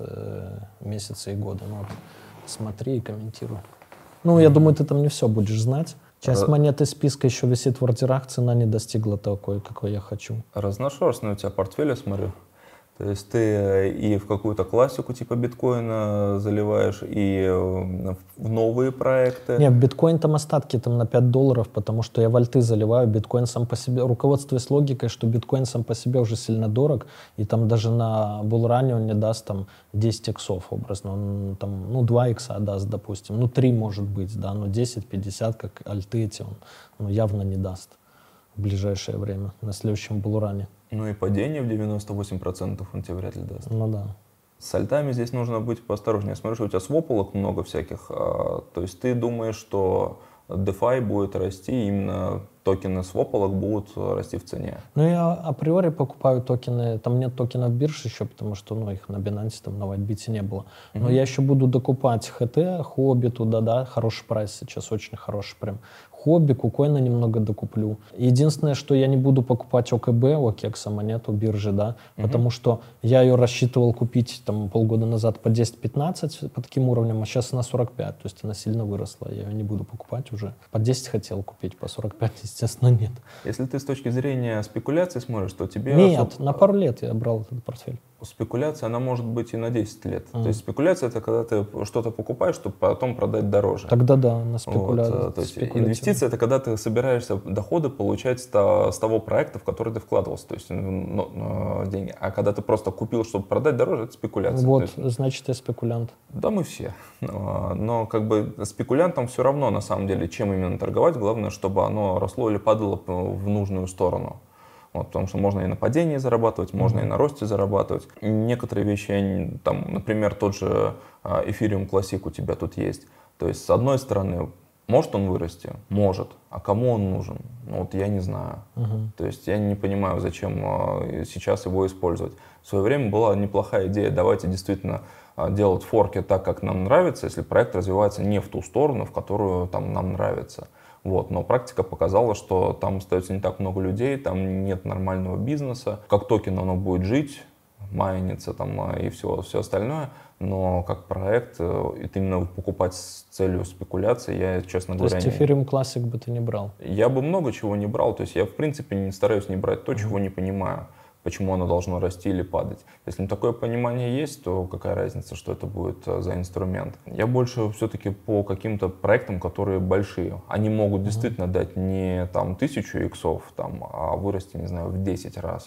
месяцы и годы. Ну, вот, смотри и комментируй. Ну, я думаю, ты там не все будешь знать. Часть монет из списка еще висит в ордерах, цена не достигла такой, какой я хочу. Разношерстный у тебя портфель, я смотрю. То есть ты и в какую-то классику типа биткоина заливаешь, и в новые проекты. Нет, в биткоин там остатки там на пять долларов, потому что я в альты заливаю, биткоин сам по себе, руководствуясь логикой, что биткоин сам по себе уже сильно дорог, и там даже на булране он не даст там десять иксов образно, он там, ну, два икса даст, допустим, ну, три может быть, да, но десять-пятьдесят, как альты эти, он ну, явно не даст в ближайшее время, на следующем булране. Ну и падение в девяносто восемь процентов он тебе вряд ли даст. Ну да. С альтами здесь нужно быть поосторожнее. Я смотрю, что у тебя свополок много всяких. А, то есть ты думаешь, что DeFi будет расти, именно токены свополок будут расти в цене? Ну я априори покупаю токены, там нет токенов бирж еще, потому что ну, их на Binance, там на WhiteBit не было. Но mm-hmm. я еще буду докупать эйч ти, Хобби туда, да, хороший прайс сейчас, очень хороший прям. Хобби, кукоина немного докуплю. Единственное, что я не буду покупать ОКБ, Окекса, монету биржи, да, mm-hmm. потому что я ее рассчитывал купить там полгода назад по десять-пятнадцать по таким уровням, а сейчас на сорок пять, то есть она сильно выросла, я ее не буду покупать уже. По десять хотел купить, по сорок пять, естественно, нет. Если ты с точки зрения спекуляции смотришь, то тебе... Нет, особо... на пару лет я брал этот портфель. Спекуляция, она может быть и на десять лет. Mm. То есть спекуляция — это когда ты что-то покупаешь, чтобы потом продать дороже. Тогда да, на спекуляцию. Вот, то есть инвестиция — это когда ты собираешься доходы получать с того проекта, в который ты вкладывался, то есть ну, ну, деньги. А когда ты просто купил, чтобы продать дороже, это спекуляция. Вот, есть, значит, я спекулянт. Да, мы все. Но, но как бы спекулянтам все равно, на самом деле, чем именно торговать. Главное, чтобы оно росло или падало в нужную сторону. Вот, потому что можно и на падении зарабатывать, можно mm-hmm. и на росте зарабатывать. Некоторые вещи, там, например, тот же Ethereum Classic у тебя тут есть. То есть, с одной стороны, может он вырасти? Может. А кому он нужен? Ну вот я не знаю. Uh-huh. То есть я не понимаю, зачем сейчас его использовать. В свое время была неплохая идея, давайте действительно делать форки так, как нам нравится, если проект развивается не в ту сторону, в которую там, нам нравится. Вот. Но практика показала, что там остается не так много людей, там нет нормального бизнеса. Как токен оно будет жить, майниться там, и все, все остальное. Но как проект, это именно покупать с целью спекуляции, я, честно то говоря, есть Ethereum Classic бы ты не брал? Я бы много чего не брал. То есть я, в принципе, не стараюсь не брать то, mm-hmm. чего не понимаю, почему оно должно расти или падать. Если такое понимание есть, то какая разница, что это будет за инструмент. Я больше все-таки по каким-то проектам, которые большие. Они могут mm-hmm. действительно дать не там тысячу иксов, там, а вырасти, не знаю, в десять раз.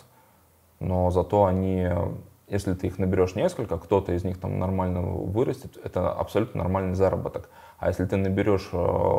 Но зато они... Если ты их наберешь несколько, кто-то из них там нормально вырастет, это абсолютно нормальный заработок. А если ты наберешь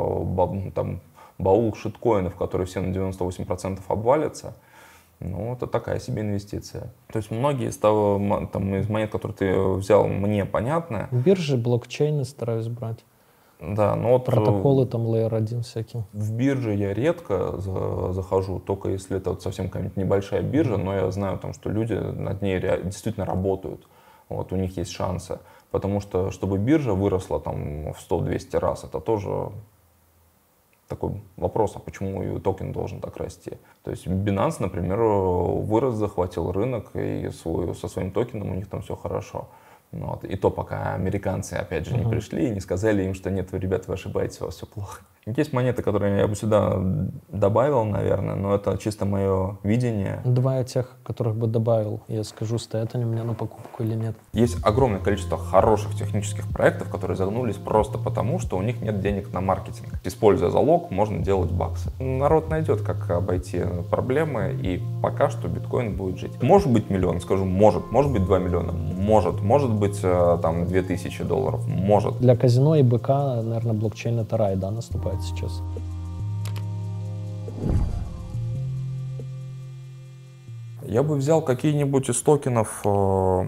э, там, баул шиткоинов, которые все на девяносто восемь процентов обвалятся, ну, это такая себе инвестиция. То есть многие из, того, там, из монет, которые ты взял, мне понятны. Биржи, блокчейны стараюсь брать. Да, но вот протоколы там лейер один всякие. В бирже я редко за, захожу, только если это вот совсем какая-нибудь небольшая биржа, но я знаю, там, что люди над ней действительно работают, вот, у них есть шансы. Потому что, чтобы биржа выросла там в сто-двести раз, это тоже такой вопрос, а почему и токен должен так расти. То есть Binance, например, вырос, захватил рынок, и свой, со своим токеном у них там все хорошо. Вот. И то, пока американцы, опять же, не uh-huh. пришли и не сказали им, что нет, вы, ребята, вы ошибаетесь, у вас все плохо. Есть монеты, которые я бы сюда добавил, наверное, но это чисто мое видение. Два тех, которых бы добавил, я скажу, стоят они у меня на покупку или нет. Есть огромное количество хороших технических проектов, которые загнулись просто потому, что у них нет денег на маркетинг. Используя залог, можно делать баксы. Народ найдет, как обойти проблемы, и пока что биткоин будет жить. Может быть миллион, скажу, может. Может быть два миллиона, может. Может быть там две тысячи долларов, может. Для казино и БК, наверное, блокчейн это рай, да, наступает сейчас. Я бы взял какие-нибудь из токенов э,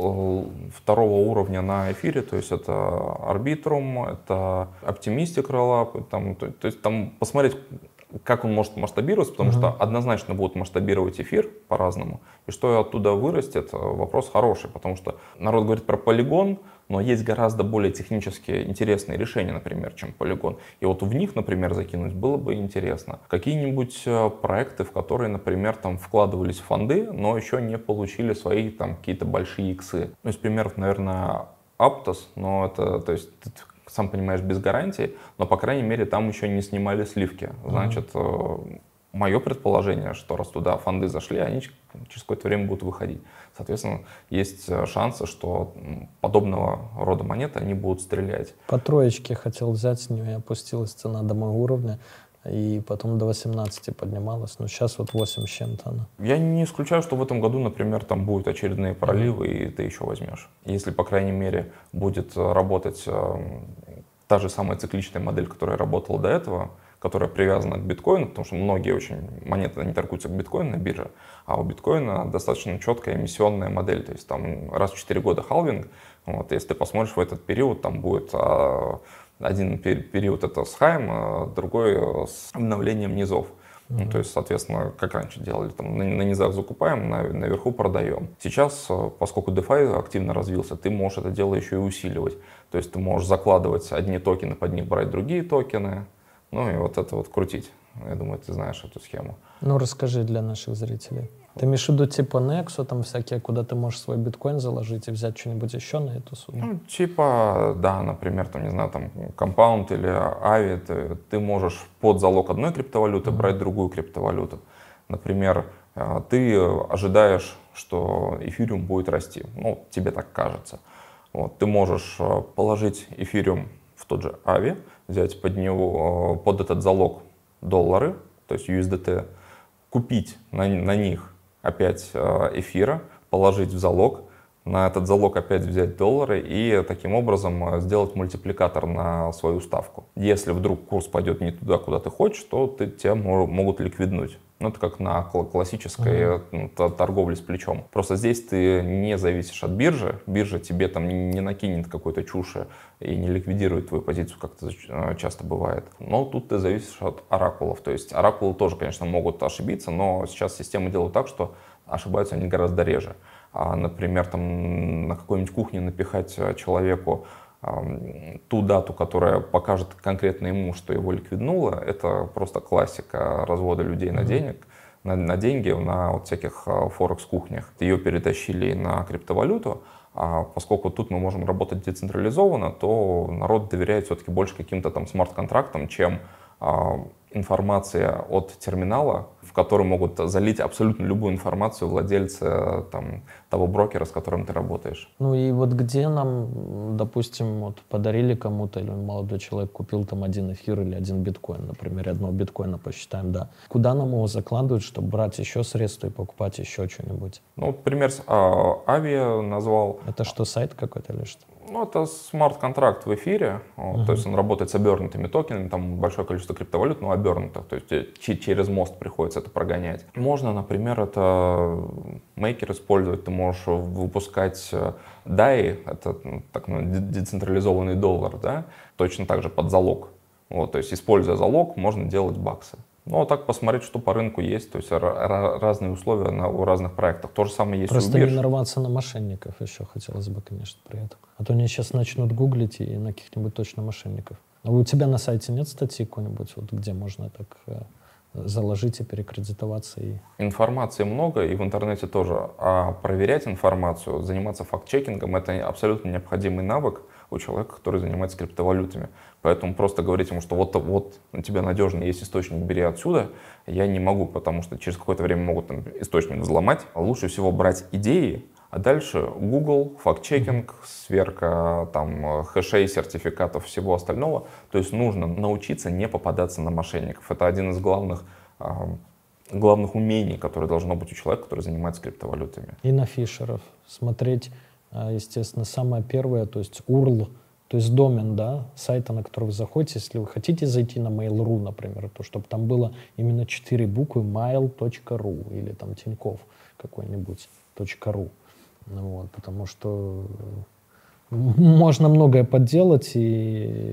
второго уровня на эфире, то есть это Arbitrum, это Optimistic Rollup, там, то, то есть там посмотреть, как он может масштабироваться, потому uh-huh. что однозначно будут масштабировать эфир по-разному. И что оттуда вырастет, вопрос хороший, потому что народ говорит про полигон, но есть гораздо более технически интересные решения, например, чем полигон. И вот в них, например, закинуть было бы интересно. Какие-нибудь проекты, в которые, например, там вкладывались фонды, но еще не получили свои там какие-то большие иксы. Ну, из примеров, наверное, Aptos, но это, то есть, сам понимаешь, без гарантии, но, по крайней мере, там еще не снимали сливки. Значит, mm-hmm. мое предположение, что раз туда фонды зашли, они через какое-то время будут выходить. Соответственно, есть шансы, что подобного рода монеты, они будут стрелять. По троечке хотел взять с нее, и опустилась цена до моего уровня, и потом до восемнадцати поднималась, но сейчас вот восемь с чем-то она. Я не исключаю, что в этом году, например, там будут очередные проливы, mm-hmm. и ты еще возьмешь. Если, по крайней мере, будет работать э, та же самая цикличная модель, которая работала до этого, которая привязана к биткоину, потому что многие очень монеты не торгуются к биткоину на бирже, а у биткоина достаточно четкая эмиссионная модель, то есть там раз в четыре года халвинг, вот, если ты посмотришь в этот период, там будет а, один период это с хаем, а другой с обновлением низов. Mm-hmm. Ну, то есть, соответственно, как раньше делали, там, на, на низах закупаем, на, наверху продаем. Сейчас, поскольку DeFi активно развился, ты можешь это дело еще и усиливать. То есть ты можешь закладывать одни токены, под них брать другие токены, ну и вот это вот крутить. Я думаю, ты знаешь эту схему. Ну, расскажи для наших зрителей. Ты имеешь в виду типа Nexo, там всякие, куда ты можешь свой биткоин заложить и взять что-нибудь еще на эту сумму? Ну, типа, да, например, там, не знаю, там, Compound или Avi, ты, ты можешь под залог одной криптовалюты mm-hmm. брать другую криптовалюту. Например, ты ожидаешь, что эфириум будет расти. Ну, тебе так кажется. Вот, ты можешь положить эфириум в тот же Avi, взять под него, под этот залог доллары, то есть ю эс ди ти, купить на, на них опять эфира, положить в залог, на этот залог опять взять доллары и таким образом сделать мультипликатор на свою ставку. Если вдруг курс пойдет не туда, куда ты хочешь, то ты, тебя могут ликвиднуть. Ну, это как на классической mm-hmm. торговле с плечом. Просто здесь ты не зависишь от биржи. Биржа тебе там не накинет какой-то чуши и не ликвидирует твою позицию, как это часто бывает. Но тут ты зависишь от оракулов. То есть оракулы тоже, конечно, могут ошибиться, но сейчас система делает так, что ошибаются они гораздо реже. А, например, там на какой-нибудь кухне напихать человеку ту дату, которая покажет конкретно ему, что его ликвиднуло, это просто классика развода людей на, денег, на, на деньги на вот всяких форекс-кухнях. Ее перетащили на криптовалюту, а поскольку тут мы можем работать децентрализованно, то народ доверяет все-таки больше каким-то там смарт-контрактам, чем а, информация от терминала, в который могут залить абсолютно любую информацию владельцы там, того брокера, с которым ты работаешь. Ну и вот где нам, допустим, вот подарили кому-то, или молодой человек купил там один эфир или один биткоин, например, одного биткоина посчитаем, да. Куда нам его закладывать, чтобы брать еще средства и покупать еще что-нибудь? Ну, вот пример с а, Avi назвал. Это что, сайт какой-то или что? Ну, это смарт-контракт в эфире, вот, uh-huh. то есть он работает с обернутыми токенами, там большое количество криптовалют, но обернутых, то есть через мост приходится это прогонять. Можно, например, это мейкер использовать, ты можешь выпускать дай, это так, ну, децентрализованный доллар, да, точно так же под залог. Вот, то есть, используя залог, можно делать баксы. Ну, а так посмотреть, что по рынку есть, то есть разные условия на, у разных проектов. То же самое есть Просто у бирж. не нарваться на мошенников еще хотелось бы, конечно, при этом. А то они сейчас начнут гуглить и на каких-нибудь точно мошенников. А у тебя на сайте нет статьи какой-нибудь, вот, где можно так э, заложить и перекредитоваться? И... Информации много, и в интернете тоже. А проверять информацию, заниматься факт-чекингом — это абсолютно необходимый навык у человека, который занимается криптовалютами. Поэтому просто говорить ему, что вот, вот у тебя надежно есть источник, бери отсюда, я не могу, потому что через какое-то время могут там источник взломать. Лучше всего брать идеи, а дальше Google, факт-чекинг, сверка там, хэшей, сертификатов, всего остального. То есть нужно научиться не попадаться на мошенников. Это один из главных, главных умений, которое должно быть у человека, который занимается криптовалютами. И на фишеров смотреть, естественно, самое первое, то есть ю ар эл, то есть домен, да, сайта, на который вы заходите. Если вы хотите зайти на мейл точка ру, например, то чтобы там было именно четыре буквы mail точка ру или там Тинькофф какой-нибудь .ру. Ну, вот, потому что можно многое подделать, и,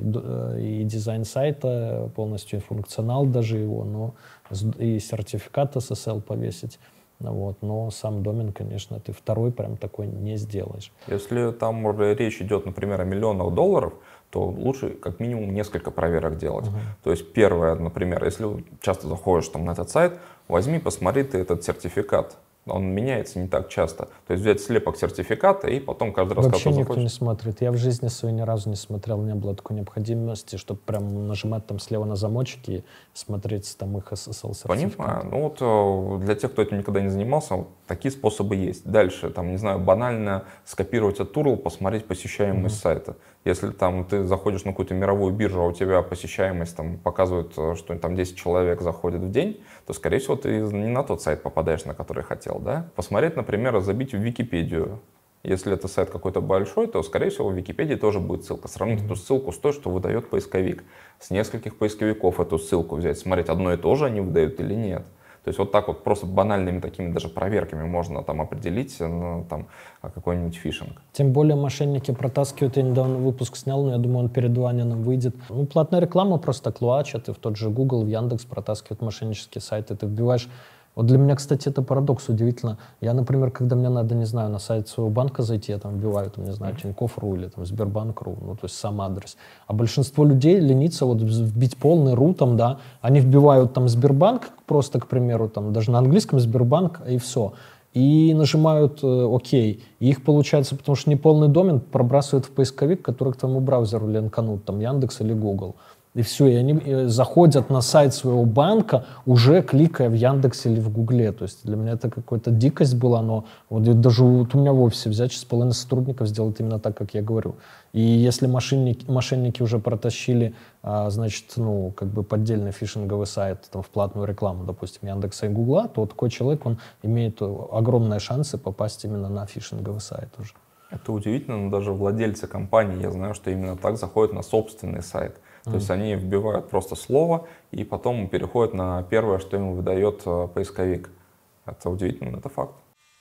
и дизайн сайта полностью, и функционал даже его, но и сертификат эс эс эл повесить. Вот, но сам домен, конечно, ты второй прям такой не сделаешь. Если там речь идет, например, о миллионах долларов, то лучше как минимум несколько проверок делать. Uh-huh. То есть первое, например, если часто заходишь там на этот сайт, возьми, посмотри ты этот сертификат. Он меняется не так часто. То есть взять слепок сертификата и потом каждый раз... Вообще никто не смотрит. Я в жизни своей ни разу не смотрел, не было такой необходимости, чтобы прям нажимать там слева на замочек и смотреть там их эс эс эл-сертификаты. Понимаю. Ну вот для тех, кто этим никогда не занимался, вот такие способы есть. Дальше, там, не знаю, банально скопировать от ю ар эл, посмотреть посещаемость mm-hmm. сайта. Если там ты заходишь на какую-то мировую биржу, а у тебя посещаемость там показывает, что там десять человек заходит в день, то, скорее всего, ты не на тот сайт попадаешь, на который хотел, да? Посмотреть, например, забить в Википедию. Если это сайт какой-то большой, то, скорее всего, в Википедии тоже будет ссылка. Сравнить mm-hmm. эту ссылку с той, что выдает поисковик. С нескольких поисковиков эту ссылку взять, смотреть, одно и то же они выдают или нет. То есть вот так вот просто банальными такими даже проверками можно там определить ну, там, какой-нибудь фишинг. Тем более мошенники протаскивают, я недавно выпуск снял, но я думаю, он перед Ваниным выйдет. Ну, платная реклама просто клуачат, и в тот же Google, в Яндекс протаскивают мошеннические сайты. Ты вбиваешь... Вот для меня, кстати, это парадокс удивительно. Я, например, когда мне надо, не знаю, на сайт своего банка зайти, я там вбиваю, там, не знаю, Тинькофф.ру или там Сбербанк.ру, ну, то есть сам адрес. А большинство людей ленится вот вбить полный ру там, да, они вбивают там Сбербанк просто, к примеру, там, даже на английском Сбербанк, и все. И нажимают э, ОК. И их получается, потому что неполный домен пробрасывают в поисковик, который к твоему браузеру линканут, там, Яндекс или Google. И все, и они заходят на сайт своего банка, уже кликая в Яндексе или в Гугле. То есть для меня это какая-то дикость была, но вот даже вот у меня в офисе взять сейчас половина сотрудников сделать именно так, как я говорю. И если мошенники, мошенники уже протащили, а, значит, ну, как бы поддельный фишинговый сайт там, в платную рекламу, допустим, Яндекса и Гугла, то такой человек, он имеет огромные шансы попасть именно на фишинговый сайт уже. Это удивительно, но даже владельцы компаний, я знаю, что именно так заходят на собственный сайт. То mm. есть они вбивают просто слово и потом переходят на первое, что им выдает э, поисковик. Это удивительно, это факт.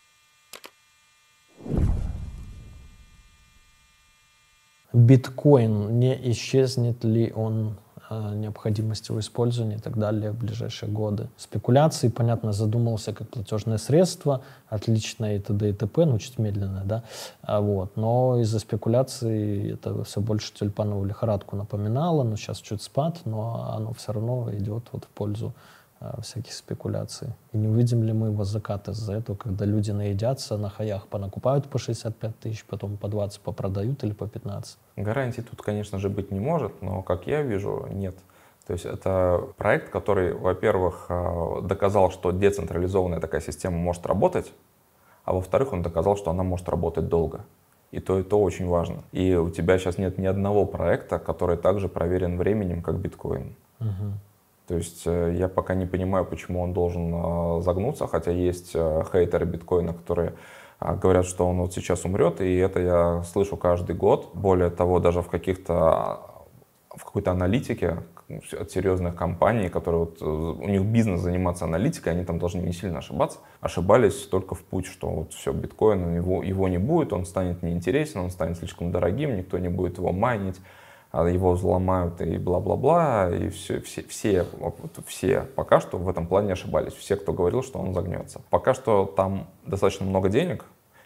Биткоин, не исчезнет ли он, э, необходимость его использования и так далее в ближайшие годы? Спекуляции, понятно, задумался как платежное средство, отличное и т.д. и т.п., ну, чуть медленное, да, а вот. Но из-за спекуляций это все больше тюльпановую лихорадку напоминало, но сейчас чуть спад, но оно все равно идет вот в пользу а, всяких спекуляций. И не увидим ли мы его закат из-за этого, когда люди наедятся, на хаях понакупают по шестьдесят пять тысяч, потом по двадцать попродают или по пятнадцать? Гарантий тут, конечно же, быть не может, но, как я вижу, нет. То есть это проект, который, во-первых, доказал, что децентрализованная такая система может работать, а во-вторых, он доказал, что она может работать долго. И то, и то очень важно. И у тебя сейчас нет ни одного проекта, который также проверен временем, как биткоин. Угу. То есть я пока не понимаю, почему он должен загнуться, хотя есть хейтеры биткоина, которые говорят, что он вот сейчас умрет, и это я слышу каждый год. Более того, даже в каких-то в какой-то аналитике от серьезных компаний, которые вот, у них бизнес заниматься аналитикой, они там должны не сильно ошибаться, ошибались только в путь, что вот все, биткоин, его, его не будет, он станет неинтересен, он станет слишком дорогим, никто не будет его майнить, его взломают и бла-бла-бла, и все, все, все, все пока что в этом плане ошибались. Все, кто говорил, что он загнется. Пока что там достаточно много денег,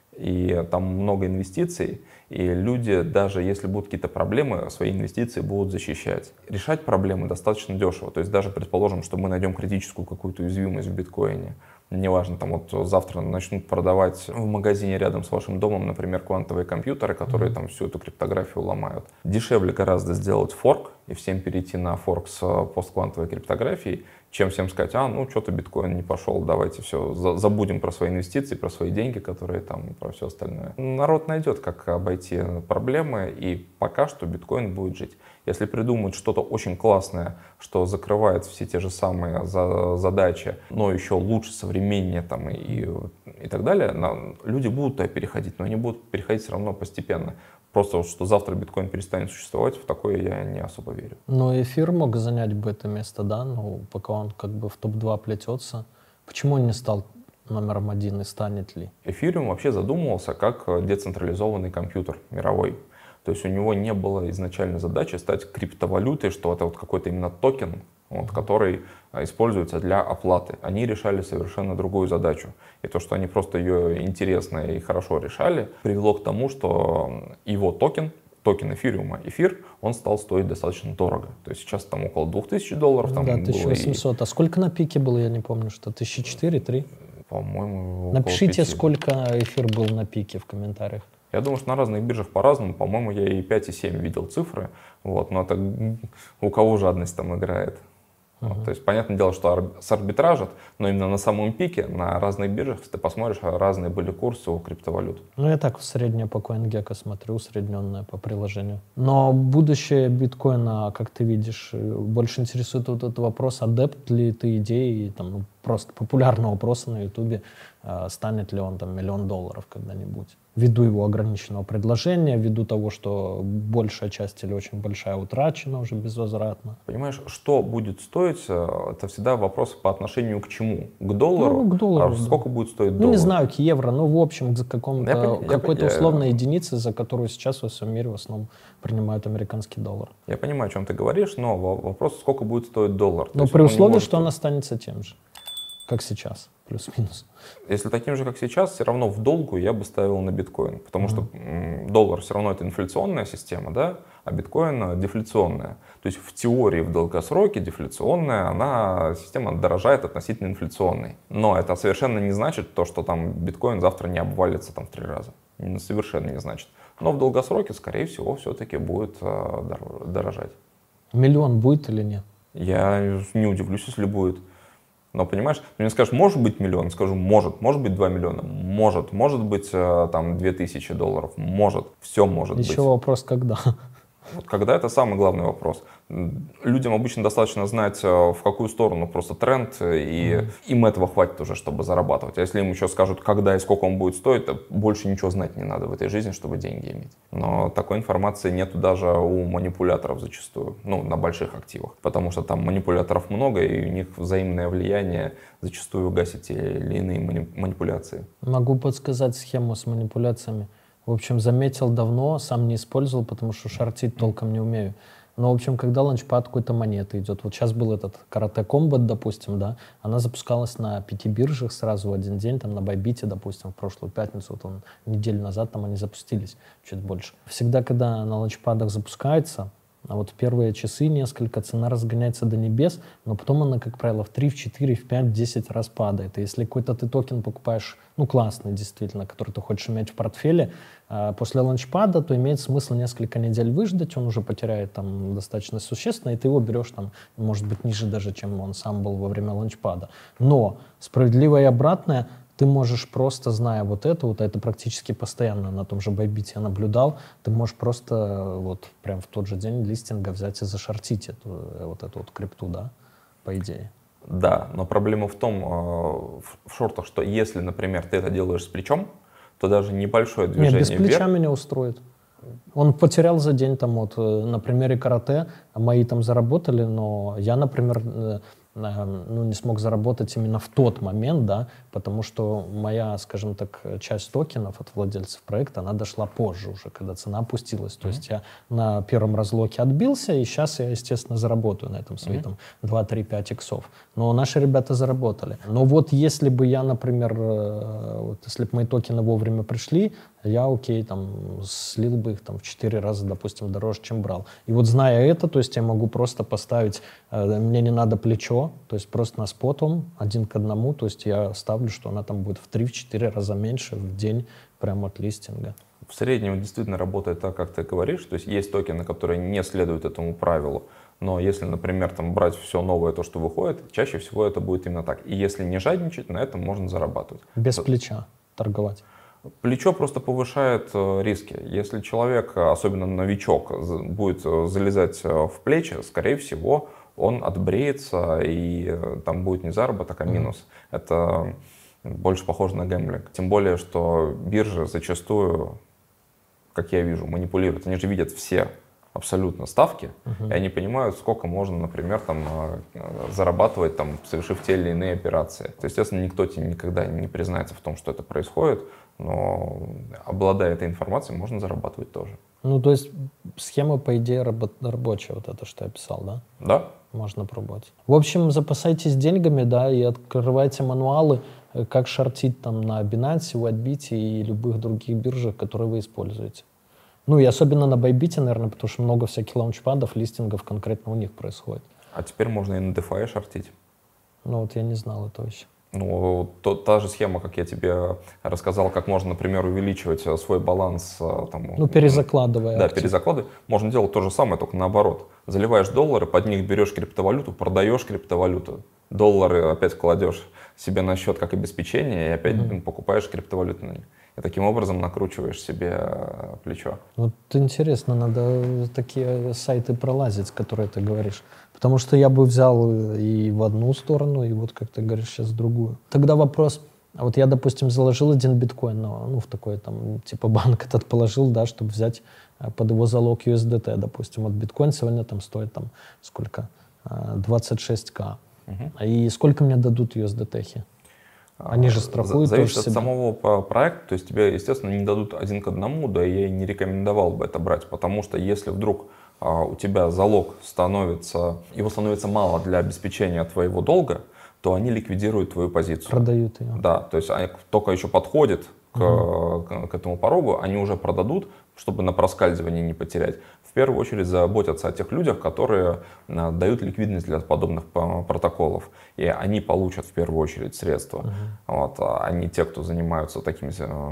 и там много инвестиций, и люди, даже если будут какие-то проблемы, свои инвестиции будут защищать. Решать проблемы достаточно дешево. То есть даже предположим, что мы найдем критическую какую-то уязвимость в биткоине. Неважно, там вот завтра начнут продавать в магазине рядом с вашим домом, например, квантовые компьютеры, которые там всю эту криптографию ломают. Дешевле гораздо сделать форк и всем перейти на форк с постквантовой криптографией, чем всем сказать, а, ну, что-то биткоин не пошел, давайте все, забудем про свои инвестиции, про свои деньги, которые там, и про все остальное. Народ найдет, как обойти проблемы, и пока что биткоин будет жить. Если придумают что-то очень классное, что закрывает все те же самые за задачи, но еще лучше, современнее там, и, и, и так далее, на, люди будут туда переходить, но они будут переходить все равно постепенно. Просто, что завтра биткоин перестанет существовать, в такое я не особо верю. Но эфир мог занять бы это место, да, ну, пока он как бы в топ два плетется. Почему он не стал номером один и станет ли? Эфириум вообще задумывался как децентрализованный компьютер мировой. То есть у него не было изначально задачи стать криптовалютой, что это вот какой-то именно токен, вот, который используется для оплаты. Они решали совершенно другую задачу. И то, что они просто ее интересно и хорошо решали, привело к тому, что его токен, токен эфириума, эфир, он стал стоить достаточно дорого. То есть сейчас там около двух тысяч долларов. Там да, тысяча восемьсот. И... А сколько на пике было, я не помню, что тысяча четыре, три? По-моему, напишите, сколько эфир был на пике в комментариях. Я думаю, что на разных биржах по-разному. По-моему, я и пять, и семь видел цифры. Вот, но это у кого жадность там играет. Uh-huh. Вот, то есть, понятное дело, что арбитражат, но именно на самом пике, на разных биржах, если ты посмотришь, разные были курсы у криптовалют. Ну, я так в среднее по CoinGecko смотрю, усредненное по приложению. Но будущее биткоина, как ты видишь, больше интересует вот этот вопрос, адепт ли ты идеи, там, ну, просто популярного вопроса на Ютубе, э, станет ли он там миллион долларов когда-нибудь. Ввиду его ограниченного предложения, ввиду того, что большая часть или очень большая утрачена уже безвозвратно. Понимаешь, что будет стоить, это всегда вопрос по отношению к чему? К доллару? Ну, к доллару. А сколько будет стоить ну, доллар? Не знаю, к евро, но в общем к какому-то, я, какой-то я, условной я... единице, за которую сейчас во всем мире в основном принимают американский доллар. Я понимаю, о чем ты говоришь, но вопрос, сколько будет стоить доллар. Но при условии, может... что он останется тем же, как сейчас. Плюс-минус. Если таким же, как сейчас, все равно в долгу я бы ставил на биткоин, потому mm-hmm. что м, доллар все равно это инфляционная система, да, а биткоин дефляционная. То есть в теории в долгосроке дефляционная, она, система дорожает относительно инфляционной. Но это совершенно не значит то, что там биткоин завтра не обвалится там в три раза. Совершенно не значит. Но в долгосроке, скорее всего, все-таки будет э, дорожать. Миллион будет или нет? Я не удивлюсь, если будет. Но, понимаешь, ты мне скажешь, может быть миллион? Скажу, может. Может быть два миллиона? Может. Может быть там две тысячи долларов? Может. Все может Еще быть. Еще вопрос, когда? Вот когда это самый главный вопрос. Людям обычно достаточно знать, в какую сторону просто тренд, и mm-hmm. им этого хватит уже, чтобы зарабатывать. А если им еще скажут, когда и сколько он будет стоить, то больше ничего знать не надо в этой жизни, чтобы деньги иметь. Но такой информации нету даже у манипуляторов зачастую, ну, на больших активах. Потому что там манипуляторов много, и у них взаимное влияние зачастую гасит те или иные манипуляции. Могу подсказать схему с манипуляциями. В общем, заметил давно, сам не использовал, потому что шортить толком не умею. Но, в общем, когда ланчпад какой-то монеты идет, вот сейчас был этот Karate Combat, допустим, да, она запускалась на пяти биржах сразу в один день, там на Байбите, допустим, в прошлую пятницу, вот он, неделю назад там они запустились, чуть больше. Всегда, когда на ланчпадах запускается, а вот в первые часы несколько цена разгоняется до небес, но потом она, как правило, в три, в четыре, в пять, в десять раз падает. И если какой-то ты токен покупаешь, ну, классный действительно, который ты хочешь иметь в портфеле, э, после ланчпада, то имеет смысл несколько недель выждать, он уже потеряет там достаточно существенно, и ты его берешь там, может быть, ниже даже, чем он сам был во время ланчпада. Но справедливое и обратное, ты можешь просто, зная вот это, вот это практически постоянно на том же Байбите я наблюдал, ты можешь просто вот прям в тот же день листинга взять и зашортить эту, вот эту вот крипту, да, по идее. Да, но проблема в том, в шортах, что если, например, ты это делаешь с плечом, то даже небольшое движение Нет, без плеча вверх... меня устроит. Он потерял за день там вот, на примере карате, мои там заработали, но я, например, ну, не смог заработать именно в тот момент, да, потому что моя, скажем так, часть токенов от владельцев проекта, она дошла позже уже, когда цена опустилась. Mm-hmm. То есть я на первом разлоке отбился, и сейчас я, естественно, заработаю на этом свои mm-hmm. там два, три, пять иксов. Но наши ребята заработали. Но вот если бы я, например, вот, если бы мои токены вовремя пришли, я, окей, там, слил бы их там в четыре раза, допустим, дороже, чем брал. И вот зная это, то есть я могу просто поставить, э, мне не надо плечо, то есть просто на спотом, один к одному, то есть я ставлю, что она там будет в три-четыре раза меньше в день прямо от листинга. В среднем действительно работает так, как ты говоришь, то есть есть токены, которые не следуют этому правилу, но если, например, там брать все новое, то, что выходит, чаще всего это будет именно так. И если не жадничать, на этом можно зарабатывать. Без плеча торговать. Плечо просто повышает риски. Если человек, особенно новичок, будет залезать в плечи, скорее всего, он отбреется, и там будет не заработок, а минус. Mm-hmm. Это больше похоже на гэмблинг. Тем более, что биржи зачастую, как я вижу, манипулируют. Они же видят все абсолютно ставки, uh-huh. и они понимают, сколько можно, например, там, зарабатывать, там, совершив те или иные операции. То, естественно, никто тебе никогда не признается в том, что это происходит, но, обладая этой информацией, можно зарабатывать тоже. Ну, то есть схема, по идее, рабо- рабочая, вот это, что я писал, да? Да. Можно пробовать. В общем, запасайтесь деньгами, да, и открывайте мануалы, как шортить там на Binance, Whitebit и любых других биржах, которые вы используете. Ну и особенно на Bybit, наверное, потому что много всяких лаунчпадов, листингов конкретно у них происходит. А теперь можно и на DeFi шортить. Ну вот я не знал этого еще. Ну, то, та же схема, как я тебе рассказал, как можно, например, увеличивать свой баланс. Там, ну, перезакладывая. Да, актив. перезакладывая. Можно делать то же самое, только наоборот. Заливаешь доллары, под них берешь криптовалюту, продаешь криптовалюту. Доллары опять кладешь себе на счет как обеспечение и опять mm-hmm. покупаешь криптовалюту на них. И таким образом накручиваешь себе плечо. Вот интересно, надо такие сайты пролазить, которые ты говоришь. Потому что я бы взял и в одну сторону, и вот, как ты говоришь, сейчас в другую. Тогда вопрос, вот я, допустим, заложил один биткоин, ну, в такой там, типа банк этот положил, да, чтобы взять под его залог ю эс ди ти, допустим. Вот биткоин сегодня там стоит там сколько? двадцать шесть тысяч. Угу. И сколько мне дадут ю эс ди ти? Они же страхуют. Зависит от себя. самого проекта, то есть тебе, естественно, не дадут один к одному, да и я не рекомендовал бы это брать, потому что если вдруг а, у тебя залог становится, его становится мало для обеспечения твоего долга, то они ликвидируют твою позицию. Продают ее. Да, то есть они только еще подходят к, угу. к, к этому порогу, они уже продадут, чтобы на проскальзывание не потерять. В первую очередь заботятся о тех людях, которые а, дают ликвидность для подобных протоколов. И они получат в первую очередь средства, uh-huh. вот, а не те, кто занимаются такими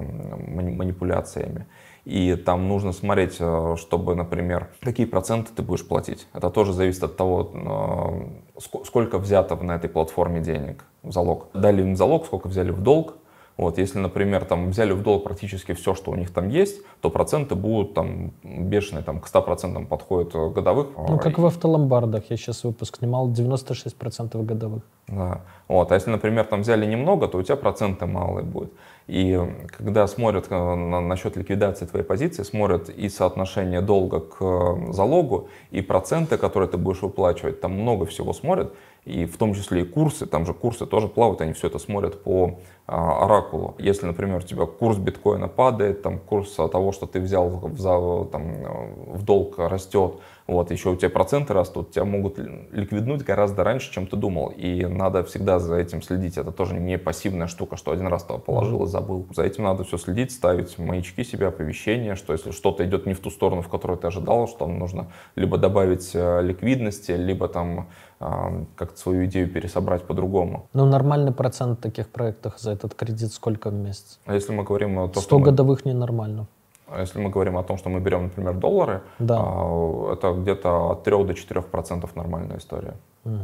манипуляциями. И там нужно смотреть, чтобы, например, какие проценты ты будешь платить. Это тоже зависит от того, сколько взято на этой платформе денег в залог. Дали им залог, сколько взяли в долг. Вот, если, например, там, взяли в долг практически все, что у них там есть, то проценты будут там, бешеные, там, к ста процентам подходят годовых. Ну, как в автоломбардах. Я сейчас выпуск снимал, девяносто шесть процентов годовых. Да. Вот. А если, например, там взяли немного, то у тебя проценты малые будут. И когда смотрят на, насчет ликвидации твоей позиции, смотрят и соотношение долга к залогу, и проценты, которые ты будешь выплачивать, там много всего смотрят. И в том числе и курсы, там же курсы тоже плавают, они все это смотрят по а, оракулу. Если, например, у тебя курс биткоина падает, там курс того, что ты взял в, там, в долг, растет, вот, еще у тебя проценты растут, тебя могут ликвиднуть гораздо раньше, чем ты думал. И надо всегда за этим следить. Это тоже не пассивная штука, что один раз положил и забыл. За этим надо все следить, ставить маячки себе, оповещения, что если что-то идет не в ту сторону, в которую ты ожидал, что там нужно либо добавить ликвидности, либо там как-то свою идею пересобрать по-другому. Ну, нормальный процент в таких проектах за этот кредит сколько в месяц? А если мы говорим о том, сто годовых ненормально. Если мы говорим о том, что мы берем, например, доллары, да. это где-то от трёх до четырёх процентов нормальная история. Угу.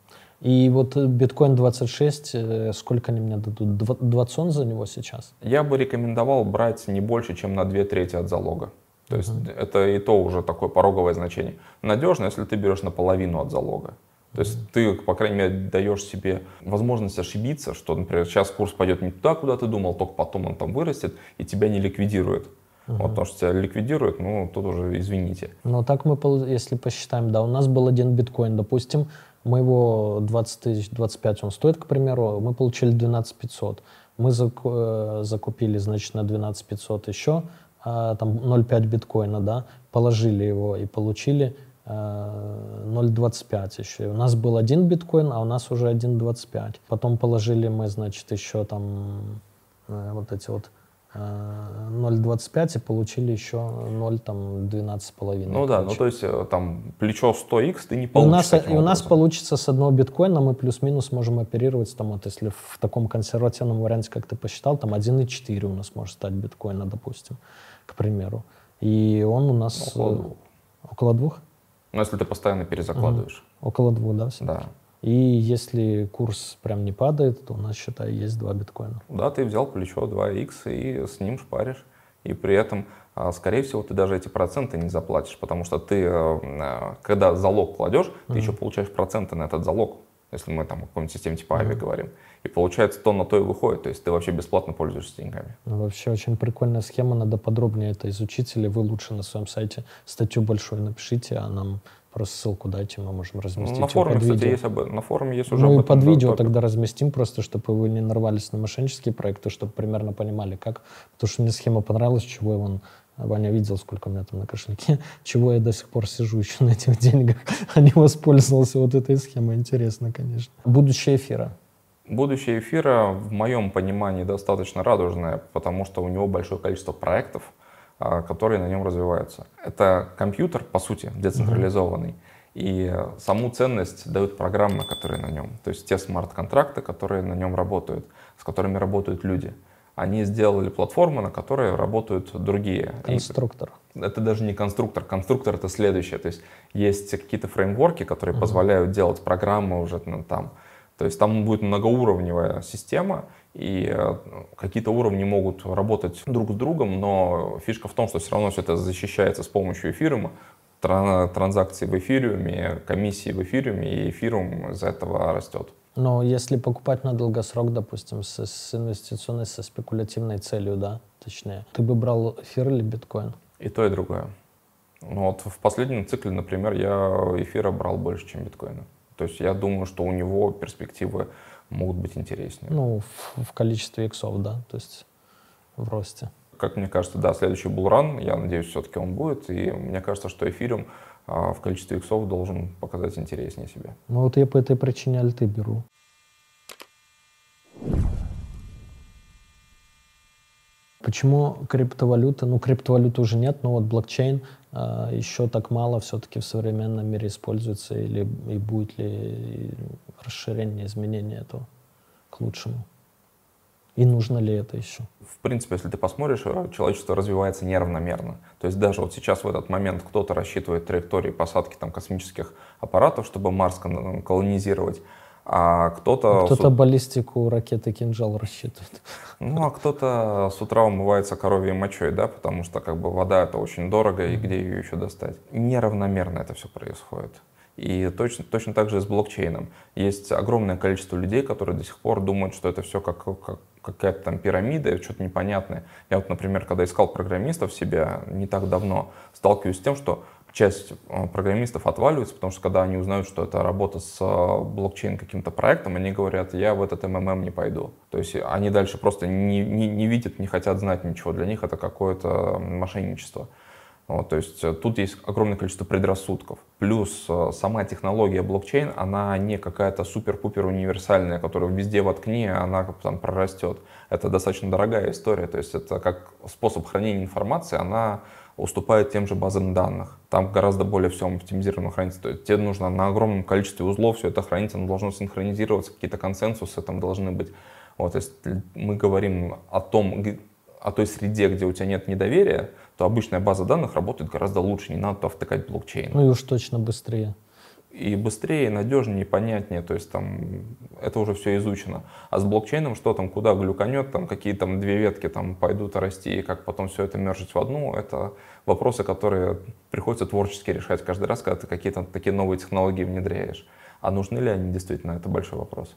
И вот биткоин двадцать шесть, сколько они мне дадут? двадцать за него сейчас? Я бы рекомендовал брать не больше, чем на две трети от залога. То есть uh-huh. это и то уже такое пороговое значение. Надежно, если ты берешь наполовину от залога. То есть uh-huh. ты, по крайней мере, даешь себе возможность ошибиться, что, например, сейчас курс пойдет не туда, куда ты думал, только потом он там вырастет, и тебя не ликвидирует. Uh-huh. Вот, потому что тебя ликвидируют, ну, тут уже извините. Ну, так мы, если посчитаем, да, у нас был один биткоин, допустим, Мы его двадцать тысяч, двадцать пять он стоит, к примеру, мы получили двенадцать пятьсот. Мы заку- закупили, значит, на двенадцать пятьсот еще а, там ноль целых пять биткоина, да, положили его и получили а, ноль целых двадцать пять еще. И у нас был один биткоин, а у нас уже один целых двадцать пять. Потом положили мы, значит, еще там а, вот эти вот ноль целых двадцать пять и получили еще ноль целых двенадцать с половиной. Ну да, ну то есть там плечо сто икс ты не получишь. И у нас, и у нас получится с одного биткоина, мы плюс-минус можем оперировать, там, вот, если в таком консервативном варианте, как ты посчитал, там один целых четыре десятых у нас может стать биткоина, допустим, к примеру. И он у нас около двух. Около двух? Ну если ты постоянно перезакладываешь. Угу. Около двух, да? Да. И если курс прям не падает, то у нас, считай, есть два биткоина. Да, ты взял плечо два икс и с ним шпаришь. И при этом, скорее всего, ты даже эти проценты не заплатишь, потому что ты, когда залог кладешь, ты mm-hmm. еще получаешь проценты на этот залог, если мы там о какой-нибудь системе типа Ави mm-hmm. говорим. И получается, то на то и выходит, то есть ты вообще бесплатно пользуешься деньгами. Ну, вообще очень прикольная схема, надо подробнее это изучить, или вы лучше на своем сайте статью большую напишите, а нам просто ссылку дайте, мы можем разместить. На форуме, под кстати, видео. есть об этом. На форуме есть уже Ну об и этом под видео топик. тогда разместим просто, чтобы вы не нарвались на мошеннические проекты, чтобы примерно понимали, как. Потому что мне схема понравилась, чего я вон, Ваня видел, сколько у меня там на кошельке, чего я до сих пор сижу еще на этих деньгах, а не воспользовался вот этой схемой. Интересно, конечно. Будущее эфира. Будущее эфира, в моем понимании, достаточно радужное, потому что у него большое количество проектов, которые на нем развиваются. Это компьютер, по сути, децентрализованный. Mm-hmm. И саму ценность дают программы, которые на нем. То есть те смарт-контракты, которые на нем работают, с которыми работают люди. Они сделали платформу, на которой работают другие. Конструктор. И это даже не конструктор. Конструктор — это следующее. То есть есть какие-то фреймворки, которые uh-huh. позволяют делать программы уже ну, там. То есть там будет многоуровневая система, и какие-то уровни могут работать друг с другом, но фишка в том, что все равно все это защищается с помощью эфириума. Транзакции в эфириуме, комиссии в эфириуме, и эфириум из-за этого растет. Но если покупать на долгосрок, допустим, с, с инвестиционной, со спекулятивной целью, да, точнее, ты бы брал эфир или биткоин? И то, и другое. Ну, вот в последнем цикле, например, я эфира брал больше, чем биткоина. То есть я думаю, что у него перспективы могут быть интереснее. Ну, в, в количестве иксов, да, то есть в росте. Как мне кажется, да, следующий булран, я надеюсь, все-таки он будет. И мне кажется, что эфириум а, в количестве иксов должен показать интереснее себя. Ну вот я по этой причине альты беру. Почему криптовалюта? Ну, криптовалюты уже нет, но вот блокчейн а, еще так мало все-таки в современном мире используется. Или и будет ли расширение, изменение этого к лучшему? И нужно ли это еще? В принципе, если ты посмотришь, человечество развивается неравномерно. То есть даже вот сейчас в этот момент кто-то рассчитывает траектории посадки там, космических аппаратов, чтобы Марс колонизировать, а кто-то... А кто-то баллистику ракеты «Кинжал» рассчитывает. Ну, а кто-то с утра умывается коровьей мочой, да, потому что как бы вода — это очень дорого, и где ее еще достать? Неравномерно это все происходит. И точно, точно так же и с блокчейном. Есть огромное количество людей, которые до сих пор думают, что это все как, как какая-то там пирамида, что-то непонятное. Я вот, например, когда искал программистов себе не так давно, сталкиваюсь с тем, что часть программистов отваливается, потому что когда они узнают, что это работа с блокчейн каким-то проектом, они говорят, я в этот эм эм эм не пойду. То есть они дальше просто не, не, не видят, не хотят знать ничего. Для них это какое-то мошенничество. Вот, то есть тут есть огромное количество предрассудков. Плюс сама технология блокчейн, она не какая-то супер-пупер универсальная, которую везде воткни, она там прорастет. Это достаточно дорогая история. То есть это как способ хранения информации, она уступает тем же базам данных. Там гораздо более все оптимизированно хранится. То есть тебе нужно на огромном количестве узлов все это хранить, оно должно синхронизироваться, какие-то консенсусы там должны быть. Вот, если мы говорим о том, о той среде, где у тебя нет недоверия, то обычная база данных работает гораздо лучше, не надо туда втыкать блокчейн. Ну и уж точно быстрее. И быстрее, и надежнее, и понятнее, то есть там это уже все изучено. А с блокчейном что там, куда глюканет, там какие там две ветки там пойдут расти, и как потом все это мержить в одну, это вопросы, которые приходится творчески решать каждый раз, когда ты какие-то такие новые технологии внедряешь. А нужны ли они действительно, это большой вопрос.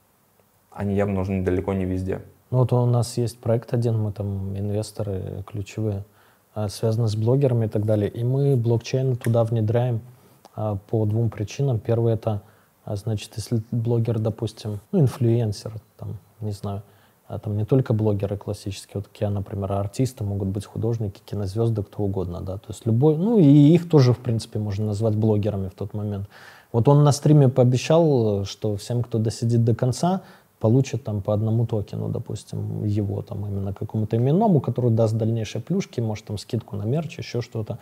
Они явно нужны далеко не везде. Ну вот у нас есть проект один, мы там инвесторы ключевые, связаны с блогерами и так далее. И мы блокчейн туда внедряем по двум причинам. Первое — это А значит, если блогер, допустим, ну, инфлюенсер, там, не знаю, а там не только блогеры классические, вот как я, например, а артисты, могут быть художники, кинозвезды, кто угодно, да, то есть любой, ну, и их тоже, в принципе, можно назвать блогерами в тот момент. Вот он на стриме пообещал, что всем, кто досидит до конца, получит там по одному токену, допустим, его там именно какому-то именному, который даст дальнейшие плюшки, может там скидку на мерч, еще что-то.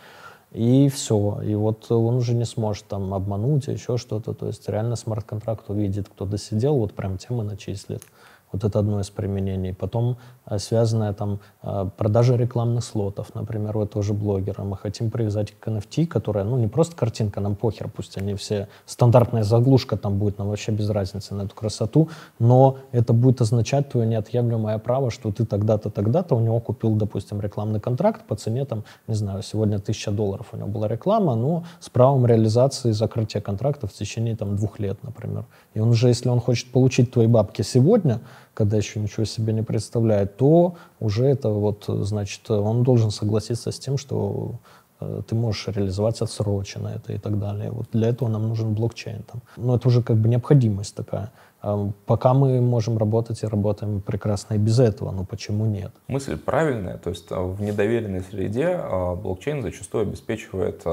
И все. И вот он уже не сможет там обмануть, еще что-то. То есть реально смарт-контракт увидит, кто досидел, вот прям темы начислит. Вот это одно из применений. Потом а, связанная там а, продажа рекламных слотов, например, вот тоже блогера. Мы хотим привязать к эн эф ти, которая, ну, не просто картинка, нам похер, пусть они все, стандартная заглушка там будет, нам вообще без разницы на эту красоту, но это будет означать твое неотъемлемое право, что ты тогда-то, тогда-то у него купил, допустим, рекламный контракт по цене, там, не знаю, сегодня тысяча долларов у него была реклама, но с правом реализации закрытия контракта в течение там двух лет, например. И он уже, если он хочет получить твои бабки сегодня, когда еще ничего себе не представляет, то уже это вот, значит, он должен согласиться с тем, что э, ты можешь реализовать отсроченно это и так далее. Вот для этого нам нужен блокчейн. Там. Но это уже как бы необходимость такая. А пока мы можем работать и работаем прекрасно и без этого, но почему нет? Мысль правильная, то есть в недоверенной среде блокчейн зачастую обеспечивает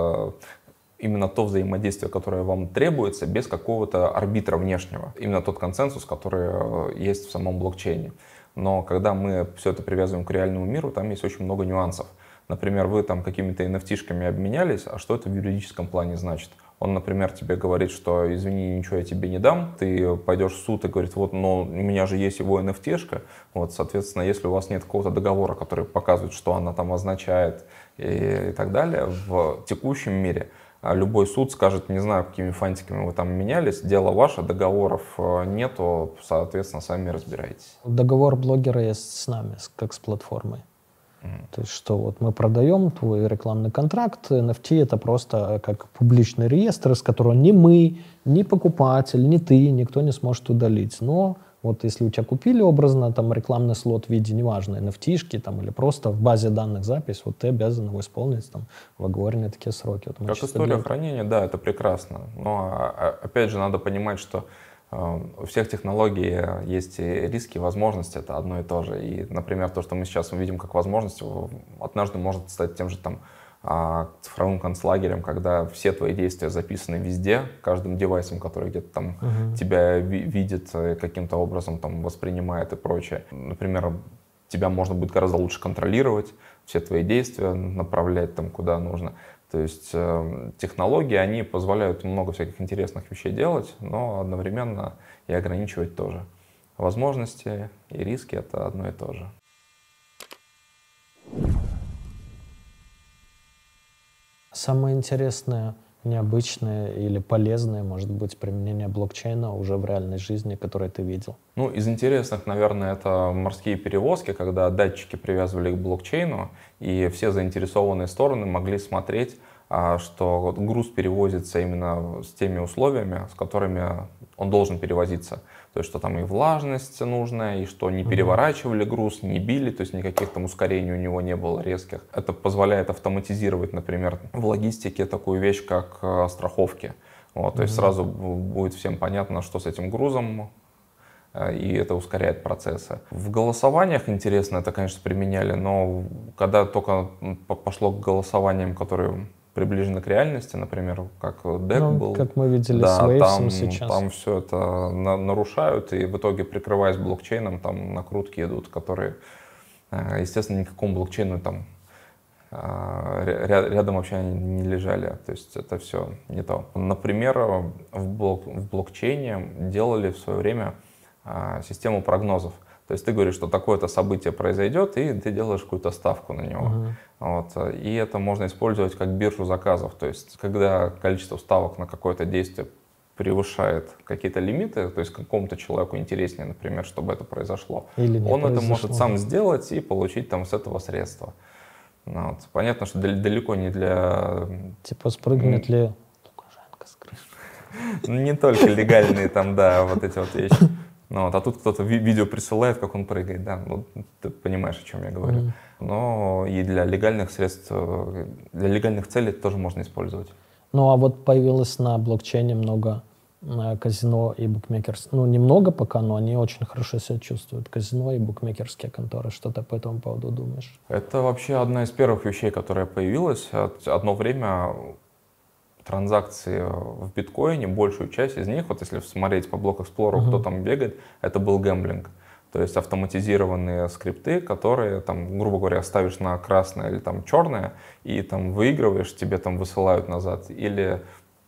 именно то взаимодействие, которое вам требуется, без какого-то арбитра внешнего. Именно тот консенсус, который есть в самом блокчейне. Но когда мы все это привязываем к реальному миру, там есть очень много нюансов. Например, вы там какими-то эн эф ти-шками обменялись, а что это в юридическом плане значит? Он, например, тебе говорит, что извини, ничего я тебе не дам, ты пойдешь в суд и говорит, вот, но у меня же есть его эн эф ти-шка, вот, соответственно, если у вас нет какого-то договора, который показывает, что она там означает и, и так далее, в текущем мире любой суд скажет, не знаю, какими фантиками вы там менялись, дело ваше, договоров нету, соответственно, сами разбирайтесь. Договор блогера есть с нами, как с платформой. То есть что вот мы продаем твой рекламный контракт, эн эф ти это просто как публичный реестр, из которого ни мы, ни покупатель, ни ты, никто не сможет удалить. Но вот если у тебя купили образно там рекламный слот в виде, неважно, эн эф ти-шки там, или просто в базе данных запись, вот ты обязан его исполнить там, в оговоренные такие сроки. Вот как история для... хранения, да, это прекрасно. Но опять же надо понимать, что у всех технологий есть и риски, и возможности, это одно и то же. И, например, то, что мы сейчас видим как возможность, однажды может стать тем же там цифровым концлагерем, когда все твои действия записаны везде, каждым девайсом, который где-то там uh-huh. тебя ви- видит, каким-то образом там воспринимает и прочее. Например, тебя можно будет гораздо лучше контролировать, все твои действия направлять там куда нужно. То есть э, технологии, они позволяют много всяких интересных вещей делать, но одновременно и ограничивать тоже. Возможности и риски — это одно и то же. Самое интересное, необычное или полезное может быть применение блокчейна уже в реальной жизни, которое ты видел? Ну, из интересных, наверное, это морские перевозки, когда датчики привязывали к блокчейну, и все заинтересованные стороны могли смотреть, что груз перевозится именно с теми условиями, с которыми он должен перевозиться. То есть, что там и влажность нужная, и что не переворачивали груз, не били, то есть никаких там ускорений у него не было резких. Это позволяет автоматизировать, например, в логистике такую вещь, как страховки. Вот, то есть сразу будет всем понятно, что с этим грузом, и это ускоряет процессы. В голосованиях интересно это, конечно, применяли, но когда только пошло к голосованиям, которые приближены к реальности, например, как ди и си ну, был. Как мы видели да, с там, сейчас. Там все это на, нарушают, и в итоге, прикрываясь блокчейном, там накрутки идут, которые, естественно, никакому блокчейну там рядом вообще не лежали. То есть это все не то. Например, в, блок, в блокчейне делали в свое время систему прогнозов. То есть ты говоришь, что такое-то событие произойдет, и ты делаешь какую-то ставку на него. Uh-huh. Вот. И это можно использовать как биржу заказов. То есть когда количество ставок на какое-то действие превышает какие-то лимиты, то есть какому-то человеку интереснее, например, чтобы это произошло, Или он произошло. это может сам сделать и получить там с этого средства. Вот. Понятно, что далеко не для... Типа спрыгнет ли Лукашенко с крыши? Не только легальные там, да, вот эти вот вещи. Ну, вот, а тут кто-то ви- видео присылает, как он прыгает, да, ну, ты понимаешь, о чем я говорю. Mm. Но и для легальных средств, для легальных целей это тоже можно использовать. Ну, а вот появилось на блокчейне много казино и букмекерские. Ну, немного пока, но они очень хорошо себя чувствуют. Казино и букмекерские конторы. Что ты по этому поводу думаешь? Это вообще одна из первых вещей, которая появилась. Одно время транзакции в биткоине, большую часть из них, вот если смотреть по Block Explorer, uh-huh. кто там бегает, это был гэмблинг. То есть автоматизированные скрипты, которые, там, грубо говоря, ставишь на красное или там черное, и там выигрываешь, тебе там высылают назад, или,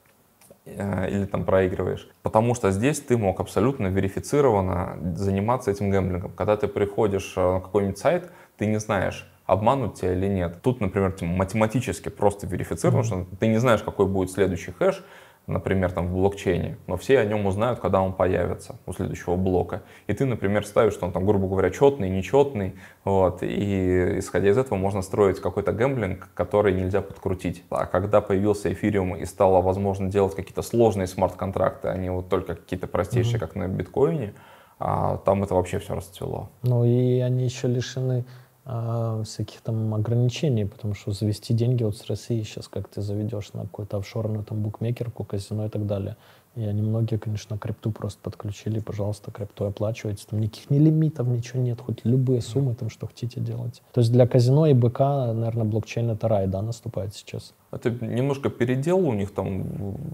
э, или там проигрываешь. Потому что здесь ты мог абсолютно верифицированно заниматься этим гэмблингом. Когда ты приходишь на какой-нибудь сайт, ты не знаешь, обманут тебя или нет. Тут, например, математически просто верифицировано, mm-hmm. что ты не знаешь, какой будет следующий хэш, например, там в блокчейне, но все о нем узнают, когда он появится у следующего блока. И ты, например, ставишь, что он там, грубо говоря, четный, нечетный, вот, и исходя из этого можно строить какой-то гэмблинг, который нельзя подкрутить. А когда появился эфириум и стало возможно делать какие-то сложные смарт-контракты, а не вот только какие-то простейшие, mm-hmm. как на биткоине, а там это вообще все расцвело. Ну и они еще лишены всяких там ограничений, потому что завести деньги вот с России сейчас, как ты заведешь на какую-то офшорную там букмекерку, казино и так далее. И они многие, конечно, крипту просто подключили, пожалуйста, крипту оплачивайте, там никаких ни лимитов, ничего нет, хоть любые суммы там, что хотите делать. То есть для казино и БК, наверное, блокчейн это рай, да, наступает сейчас? Это немножко передел у них там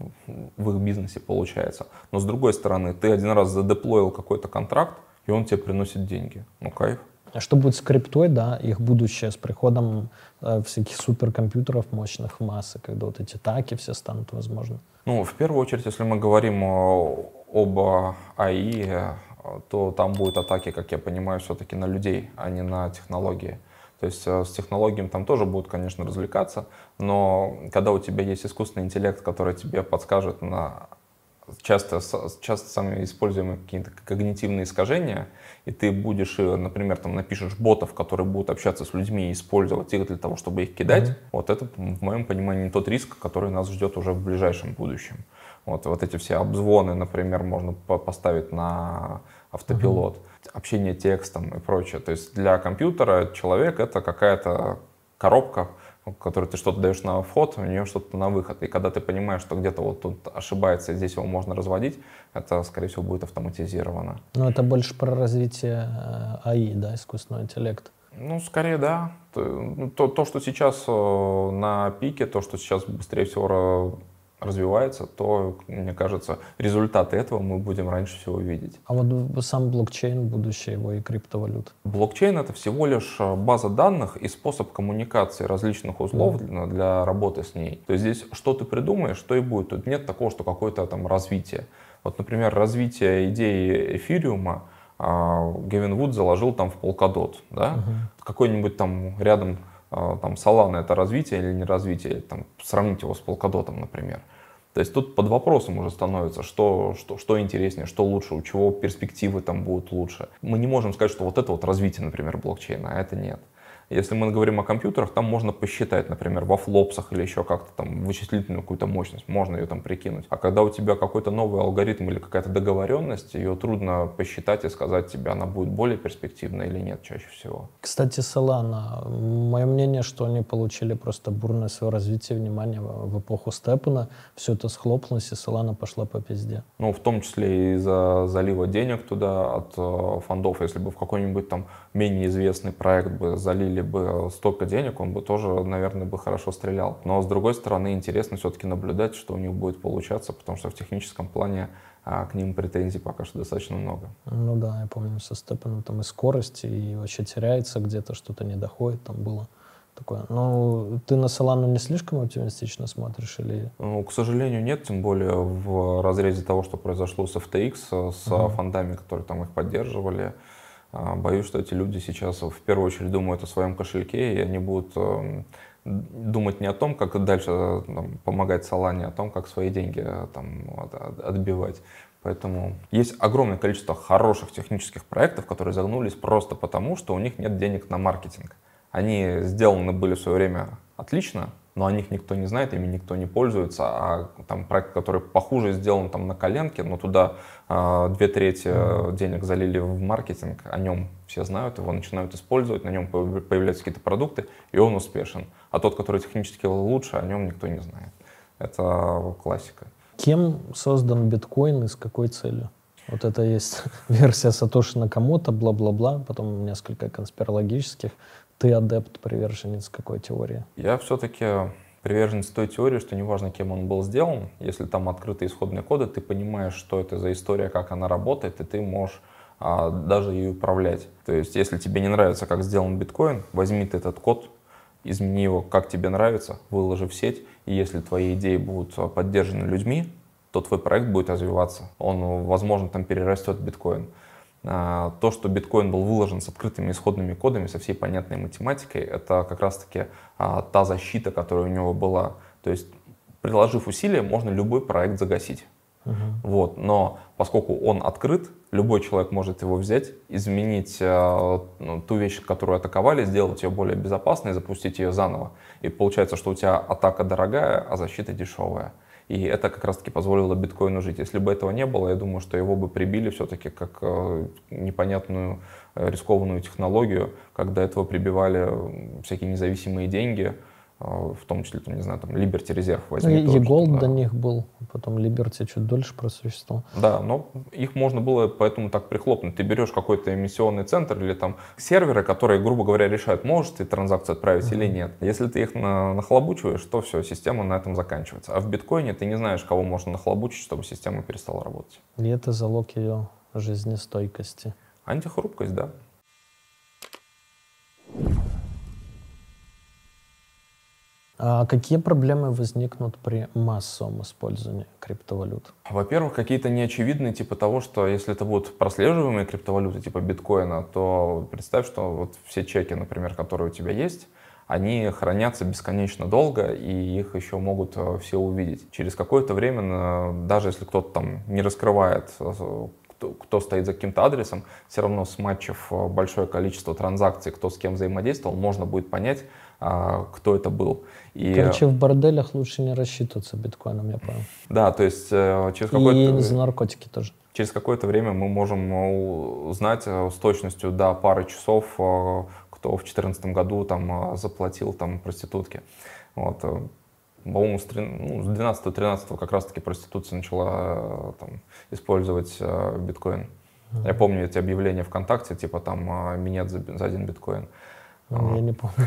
в их бизнесе получается, но с другой стороны, ты один раз задеплоил какой-то контракт, и он тебе приносит деньги, ну кайф. А что будет с криптой, да, их будущее с приходом э, всяких суперкомпьютеров мощных в массы, когда вот эти таки все станут возможны? Ну, в первую очередь, если мы говорим об эй ай, то там будут атаки, как я понимаю, все-таки на людей, а не на технологии. То есть с технологиями там тоже будут, конечно, развлекаться, но когда у тебя есть искусственный интеллект, который тебе подскажет на часто, часто самые используемые какие-то когнитивные искажения, и ты будешь, например, там напишешь ботов, которые будут общаться с людьми и использовать их для того, чтобы их кидать, mm-hmm. вот это, в моем понимании, тот риск, который нас ждет уже в ближайшем будущем. Вот, вот эти все обзвоны, например, можно поставить на автопилот, mm-hmm. общение текстом и прочее. То есть для компьютера человек — это какая-то коробка, в которой ты что-то даешь на вход, у нее что-то на выход. И когда ты понимаешь, что где-то вот тут ошибается, и здесь его можно разводить, это, скорее всего, будет автоматизировано. Но это больше про развитие эй ай, да, искусственного интеллекта? Ну, скорее, да. То, то, то, что сейчас на пике, то, что сейчас быстрее всего развивается, то, мне кажется, результаты этого мы будем раньше всего видеть. А вот сам блокчейн, будущее его и криптовалют? Блокчейн — это всего лишь база данных и способ коммуникации различных узлов mm-hmm. для, для работы с ней. То есть здесь что ты придумаешь, что и будет. Тут нет такого, что какое-то там развитие. Вот, например, развитие идеи эфириума Гевин Вуд заложил там в Polkadot, да? Uh-huh. Какой-нибудь там рядом там Solana — это развитие или не развитие, или, там, сравнить его с Polkadot, например. То есть тут под вопросом уже становится, что, что, что интереснее, что лучше, у чего перспективы там будут лучше. Мы не можем сказать, что вот это вот развитие, например, блокчейна, а это нет. Если мы говорим о компьютерах, там можно посчитать, например, во флопсах или еще как-то там вычислительную какую-то мощность, можно ее там прикинуть. А когда у тебя какой-то новый алгоритм или какая-то договоренность, ее трудно посчитать и сказать тебе, она будет более перспективна или нет чаще всего. Кстати, Solana. Мое мнение, что они получили просто бурное свое развитие, внимание в эпоху Степана. Все это схлопнулось, и Solana пошла по пизде. Ну, в том числе и из-за залива денег туда от э, фондов. Если бы в какой-нибудь там менее известный проект бы залили бы столько денег, он бы тоже, наверное, бы хорошо стрелял. Но, с другой стороны, интересно все-таки наблюдать, что у них будет получаться, потому что в техническом плане а, к ним претензий пока что достаточно много. Ну да, я помню, со Степаном там и скорость, и вообще теряется где-то, что-то не доходит, там было такое. Ну, ты на Solana не слишком оптимистично смотришь или... Ну, к сожалению, нет, тем более в разрезе того, что произошло с эф ти экс, с uh-huh. фондами, которые там их поддерживали. Боюсь, что эти люди сейчас в первую очередь думают о своем кошельке, и они будут э, думать не о том, как дальше там, помогать Solana, а о том, как свои деньги там, от, отбивать. Поэтому есть огромное количество хороших технических проектов, которые загнулись просто потому, что у них нет денег на маркетинг. Они сделаны были в свое время отлично, но о них никто не знает, ими никто не пользуется, а там проект, который похуже сделан там на коленке, но туда э, две трети mm-hmm. денег залили в маркетинг, о нем все знают, его начинают использовать, на нем появляются какие-то продукты, и он успешен. А тот, который технически лучше, о нем никто не знает. Это классика. Кем создан биткоин и с какой целью? Вот это есть версия Сатоши Накамото, бла-бла-бла, потом несколько конспирологических. Ты адепт, приверженец какой теории? Я все-таки приверженец той теории, что неважно, кем он был сделан, если там открытые исходные коды, ты понимаешь, что это за история, как она работает, и ты можешь а, даже ее управлять. То есть, если тебе не нравится, как сделан биткоин, возьми ты этот код, измени его, как тебе нравится, выложи в сеть, и если твои идеи будут поддержаны людьми, то твой проект будет развиваться. Он, возможно, там перерастет в биткоин. А, то, что биткоин был выложен с открытыми исходными кодами, со всей понятной математикой, это как раз-таки а, та защита, которая у него была. То есть, приложив усилия, можно любой проект загасить. Uh-huh. Вот. Но поскольку он открыт, любой человек может его взять, изменить э, ну, ту вещь, которую атаковали, сделать ее более безопасной, запустить ее заново. И получается, что у тебя атака дорогая, а защита дешевая. И это как раз-таки позволило биткоину жить. Если бы этого не было, я думаю, что его бы прибили все-таки как э, непонятную э, рискованную технологию, когда этого прибивали всякие независимые деньги, в том числе, там, не знаю, там, Liberty резерв возьми. Ну, E-Gold да. до них был, потом Liberty чуть дольше просуществовал. Да, но их можно было поэтому так прихлопнуть. Ты берешь какой-то эмиссионный центр или там серверы, которые, грубо говоря, решают, можешь ты транзакцию отправить uh-huh. или нет. Если ты их на, нахлобучиваешь, то все, система на этом заканчивается. А в биткоине ты не знаешь, кого можно нахлобучить, чтобы система перестала работать. И это залог ее жизнестойкости. Антихрупкость, да. А какие проблемы возникнут при массовом использовании криптовалют? Во-первых, какие-то неочевидные, типа того, что если это будут прослеживаемые криптовалюты, типа биткоина, то представь, что вот все чеки, например, которые у тебя есть, они хранятся бесконечно долго, и их еще могут все увидеть. Через какое-то время, даже если кто-то там не раскрывает, кто, кто стоит за каким-то адресом, все равно сматчив большое количество транзакций, кто с кем взаимодействовал, можно будет понять, кто это был. И... Короче, в борделях лучше не рассчитываться биткоином, я понял. Да, то есть через какое-то... И за наркотики тоже. Через какое-то время мы можем узнать с точностью до пары часов, кто в две тысячи четырнадцатом году там заплатил там проститутке. Вот. По-моему, с две тысячи двенадцатого-тринадцатого как раз-таки проституция начала там, использовать биткоин. Mm-hmm. Я помню эти объявления ВКонтакте, типа там минет за, за один биткоин. Ну, я не помню.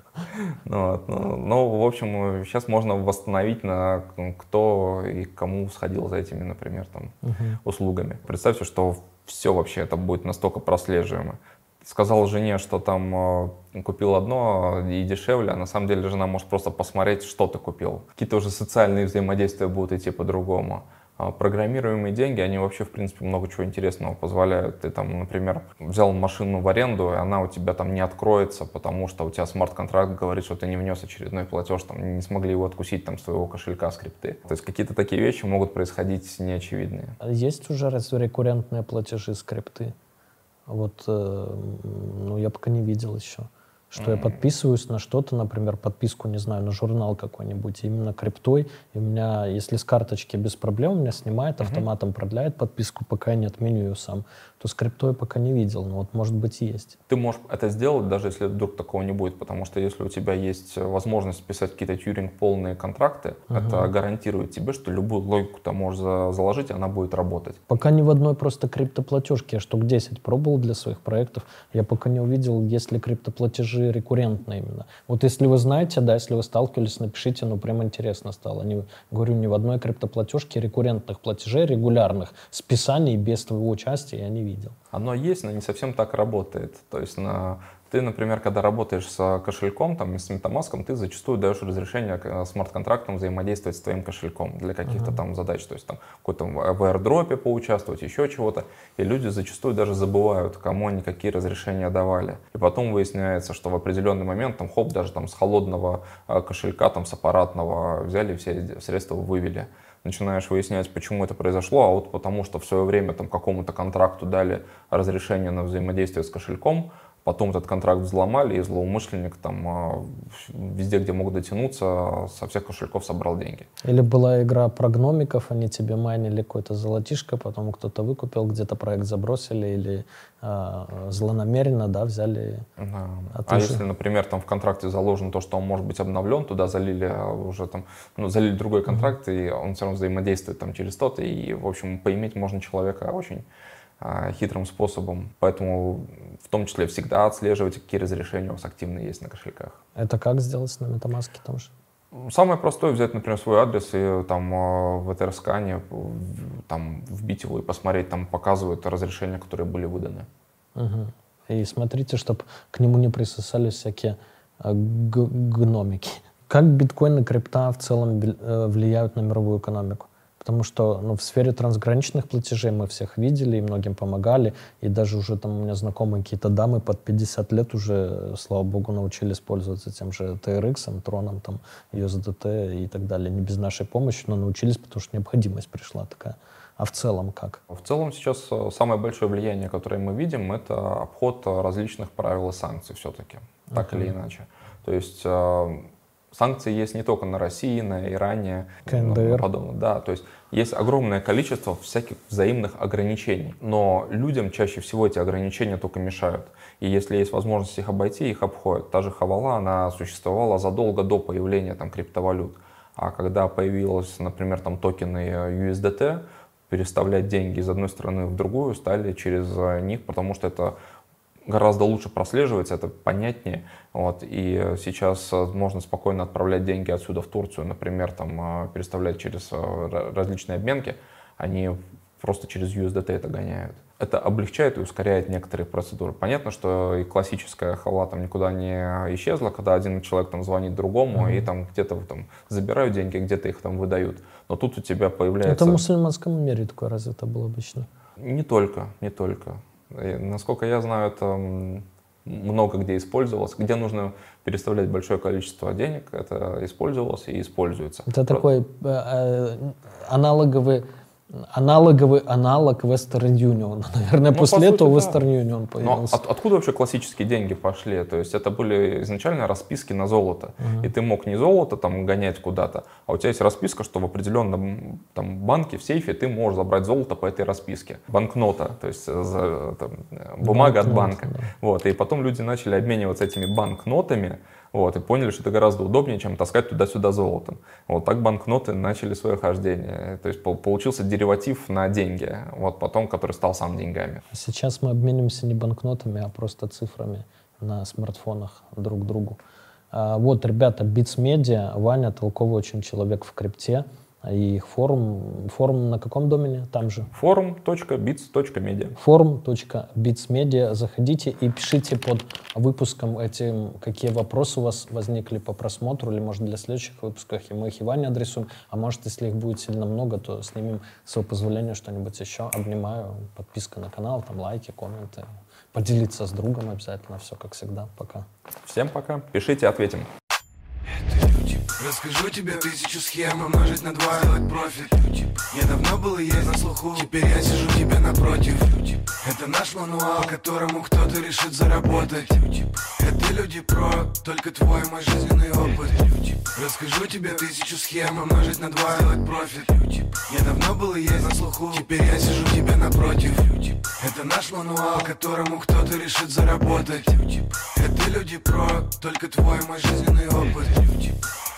Ну, вот, ну, ну, в общем, сейчас можно восстановить, на кто и кому сходил за этими, например, там, uh-huh. услугами. Представьте, что все вообще это будет настолько прослеживаемо. Сказал жене, что там э, купил одно и дешевле, а на самом деле жена может просто посмотреть, что ты купил. Какие-то уже социальные взаимодействия будут идти по-другому. Программируемые деньги, они вообще, в принципе, много чего интересного позволяют. Ты там, например, взял машину в аренду, и она у тебя там не откроется, потому что у тебя смарт-контракт говорит, что ты не внес очередной платеж, там, не смогли его откусить там, с твоего кошелька скрипты. То есть какие-то такие вещи могут происходить неочевидные. Есть уже рекуррентные платежи скрипты? Вот, э, ну, я пока не видел еще. Что mm-hmm. я подписываюсь на что-то, например, подписку, не знаю, на журнал какой-нибудь, именно криптой, и у меня, если с карточки без проблем, у меня снимает, автоматом mm-hmm. продляет подписку, пока я не отменю ее сам, то с криптой пока не видел, но вот может быть есть. Ты можешь это сделать, даже если вдруг такого не будет, потому что если у тебя есть возможность писать какие-то тьюринг-полные контракты, mm-hmm. это гарантирует тебе, что любую логику ты можешь заложить, она будет работать. Пока ни в одной просто криптоплатежке, я штук десять пробовал для своих проектов, я пока не увидел, есть ли криптоплатежи рекуррентно именно. Вот если вы знаете, да, если вы сталкивались, напишите, ну прям интересно стало. Не, говорю, ни в одной криптоплатежке рекуррентных платежей, регулярных, списаний без твоего участия я не видел. Оно есть, но не совсем так работает. То есть на... ты, например, когда работаешь с кошельком, там, с MetaMask, ты зачастую даешь разрешение смарт-контрактам взаимодействовать с твоим кошельком для каких-то uh-huh. там задач. То есть там какой-то в airdropе поучаствовать, еще чего-то. И люди зачастую даже забывают, кому они какие разрешения давали. И потом выясняется, что в определенный момент там хоп, даже там с холодного кошелька, там с аппаратного взяли и все средства вывели. Начинаешь выяснять, почему это произошло, а вот потому что в свое время там какому-то контракту дали разрешение на взаимодействие с кошельком, Потом этот контракт взломали, и злоумышленник там везде, где мог дотянуться, со всех кошельков собрал деньги. Или была игра про гномиков, они тебе майнили какое-то золотишко, потом кто-то выкупил, где-то проект забросили, или э, злонамеренно, да, взяли. Да. А, а если, например, там в контракте заложено то, что он может быть обновлен, туда залили уже там, ну, залили другой контракт, mm-hmm. и он все равно взаимодействует там через тот, и, в общем, поиметь можно человека очень хитрым способом, поэтому в том числе всегда отслеживайте, какие разрешения у вас активно есть на кошельках. Это как сделать на MetaMask там же? Самое простое — взять, например, свой адрес и там в эй ти ар-скане там вбить его и посмотреть, там показывают разрешения, которые были выданы. Угу. И смотрите, чтобы к нему не присосались всякие гномики. Как биткоин и крипта в целом влияют на мировую экономику? Потому что ну, в сфере трансграничных платежей мы всех видели и многим помогали. И даже уже там у меня знакомые какие-то дамы под пятьдесят лет уже, слава богу, научились пользоваться тем же ти эр икс, Троном, там, ю эс ди ти и так далее. Не без нашей помощи, но научились, потому что необходимость пришла такая. А в целом как? В целом сейчас самое большое влияние, которое мы видим, это обход различных правил и санкций все-таки, так uh-huh. или иначе. То есть санкции есть не только на России, на Иране, КНДР. Подобное. Да, то есть есть огромное количество всяких взаимных ограничений, но людям чаще всего эти ограничения только мешают. И если есть возможность их обойти, их обходят. Та же хавала, она существовала задолго до появления там криптовалют. А когда появились, например, там токены ю эс ди ти, переставлять деньги из одной страны в другую стали через них, потому что это гораздо лучше прослеживается, это понятнее. Вот, и сейчас можно спокойно отправлять деньги отсюда в Турцию, например, там, переставлять через различные обменки, они просто через ю эс ди ти это гоняют. Это облегчает и ускоряет некоторые процедуры. Понятно, что и классическая хавала там никуда не исчезла, когда один человек там звонит другому, mm-hmm. и там где-то там забирают деньги, где-то их там выдают. Но тут у тебя появляется... Это в мусульманском мире такое развито было обычно? Не только, не только. И, насколько я знаю, это много где использовалось. Где нужно переставлять большое количество денег, это использовалось и используется. Это Про... такой э, аналоговый, аналоговый аналог Western Union. Наверное, ну, после по этого сути, Western да. Union появился. Но от, откуда вообще классические деньги пошли? То есть это были изначально расписки на золото. Uh-huh. И ты мог не золото там гонять куда-то, а у тебя есть расписка, что в определенном там, банке, в сейфе ты можешь забрать золото по этой расписке. Банкнота, то есть за, там, бумага Банкнот, от банка. Да. Вот, и потом люди начали обмениваться этими банкнотами. Вот, и поняли, что это гораздо удобнее, чем таскать туда-сюда золото. Вот так банкноты начали свое хождение. То есть получился дериватив на деньги, вот, потом, который стал сам деньгами. Сейчас мы обмениваемся не банкнотами, а просто цифрами на смартфонах друг к другу. А, вот, ребята, Bits Media, Ваня толковый очень человек в крипте. И их форум, форум на каком домене? Там же. форум точка битс точка медиа. форум точка битс медиа. Заходите и пишите под выпуском этим, какие вопросы у вас возникли по просмотру, или, может, для следующих выпусков, и мы их Иване адресуем. А может, если их будет сильно много, то снимем, с его позволения, что-нибудь еще. Обнимаю. Подписка на канал, там лайки, комменты. Поделиться с другом обязательно. Все как всегда. Пока. Всем пока. Пишите, ответим. Расскажу тебе тысячу схем, умножить на два, делать профит. Я давно был и есть на слуху, теперь я сижу тебе напротив. Это наш мануал, которому кто-то решит заработать. Это люди про, только твой мой жизненный опыт. Расскажу тебе тысячу схем, умножить на два, делать профит. Я давно был и есть на слуху, теперь я сижу тебе напротив. Это наш мануал, которому кто-то решит заработать. Это люди про, только твой мой жизненный опыт.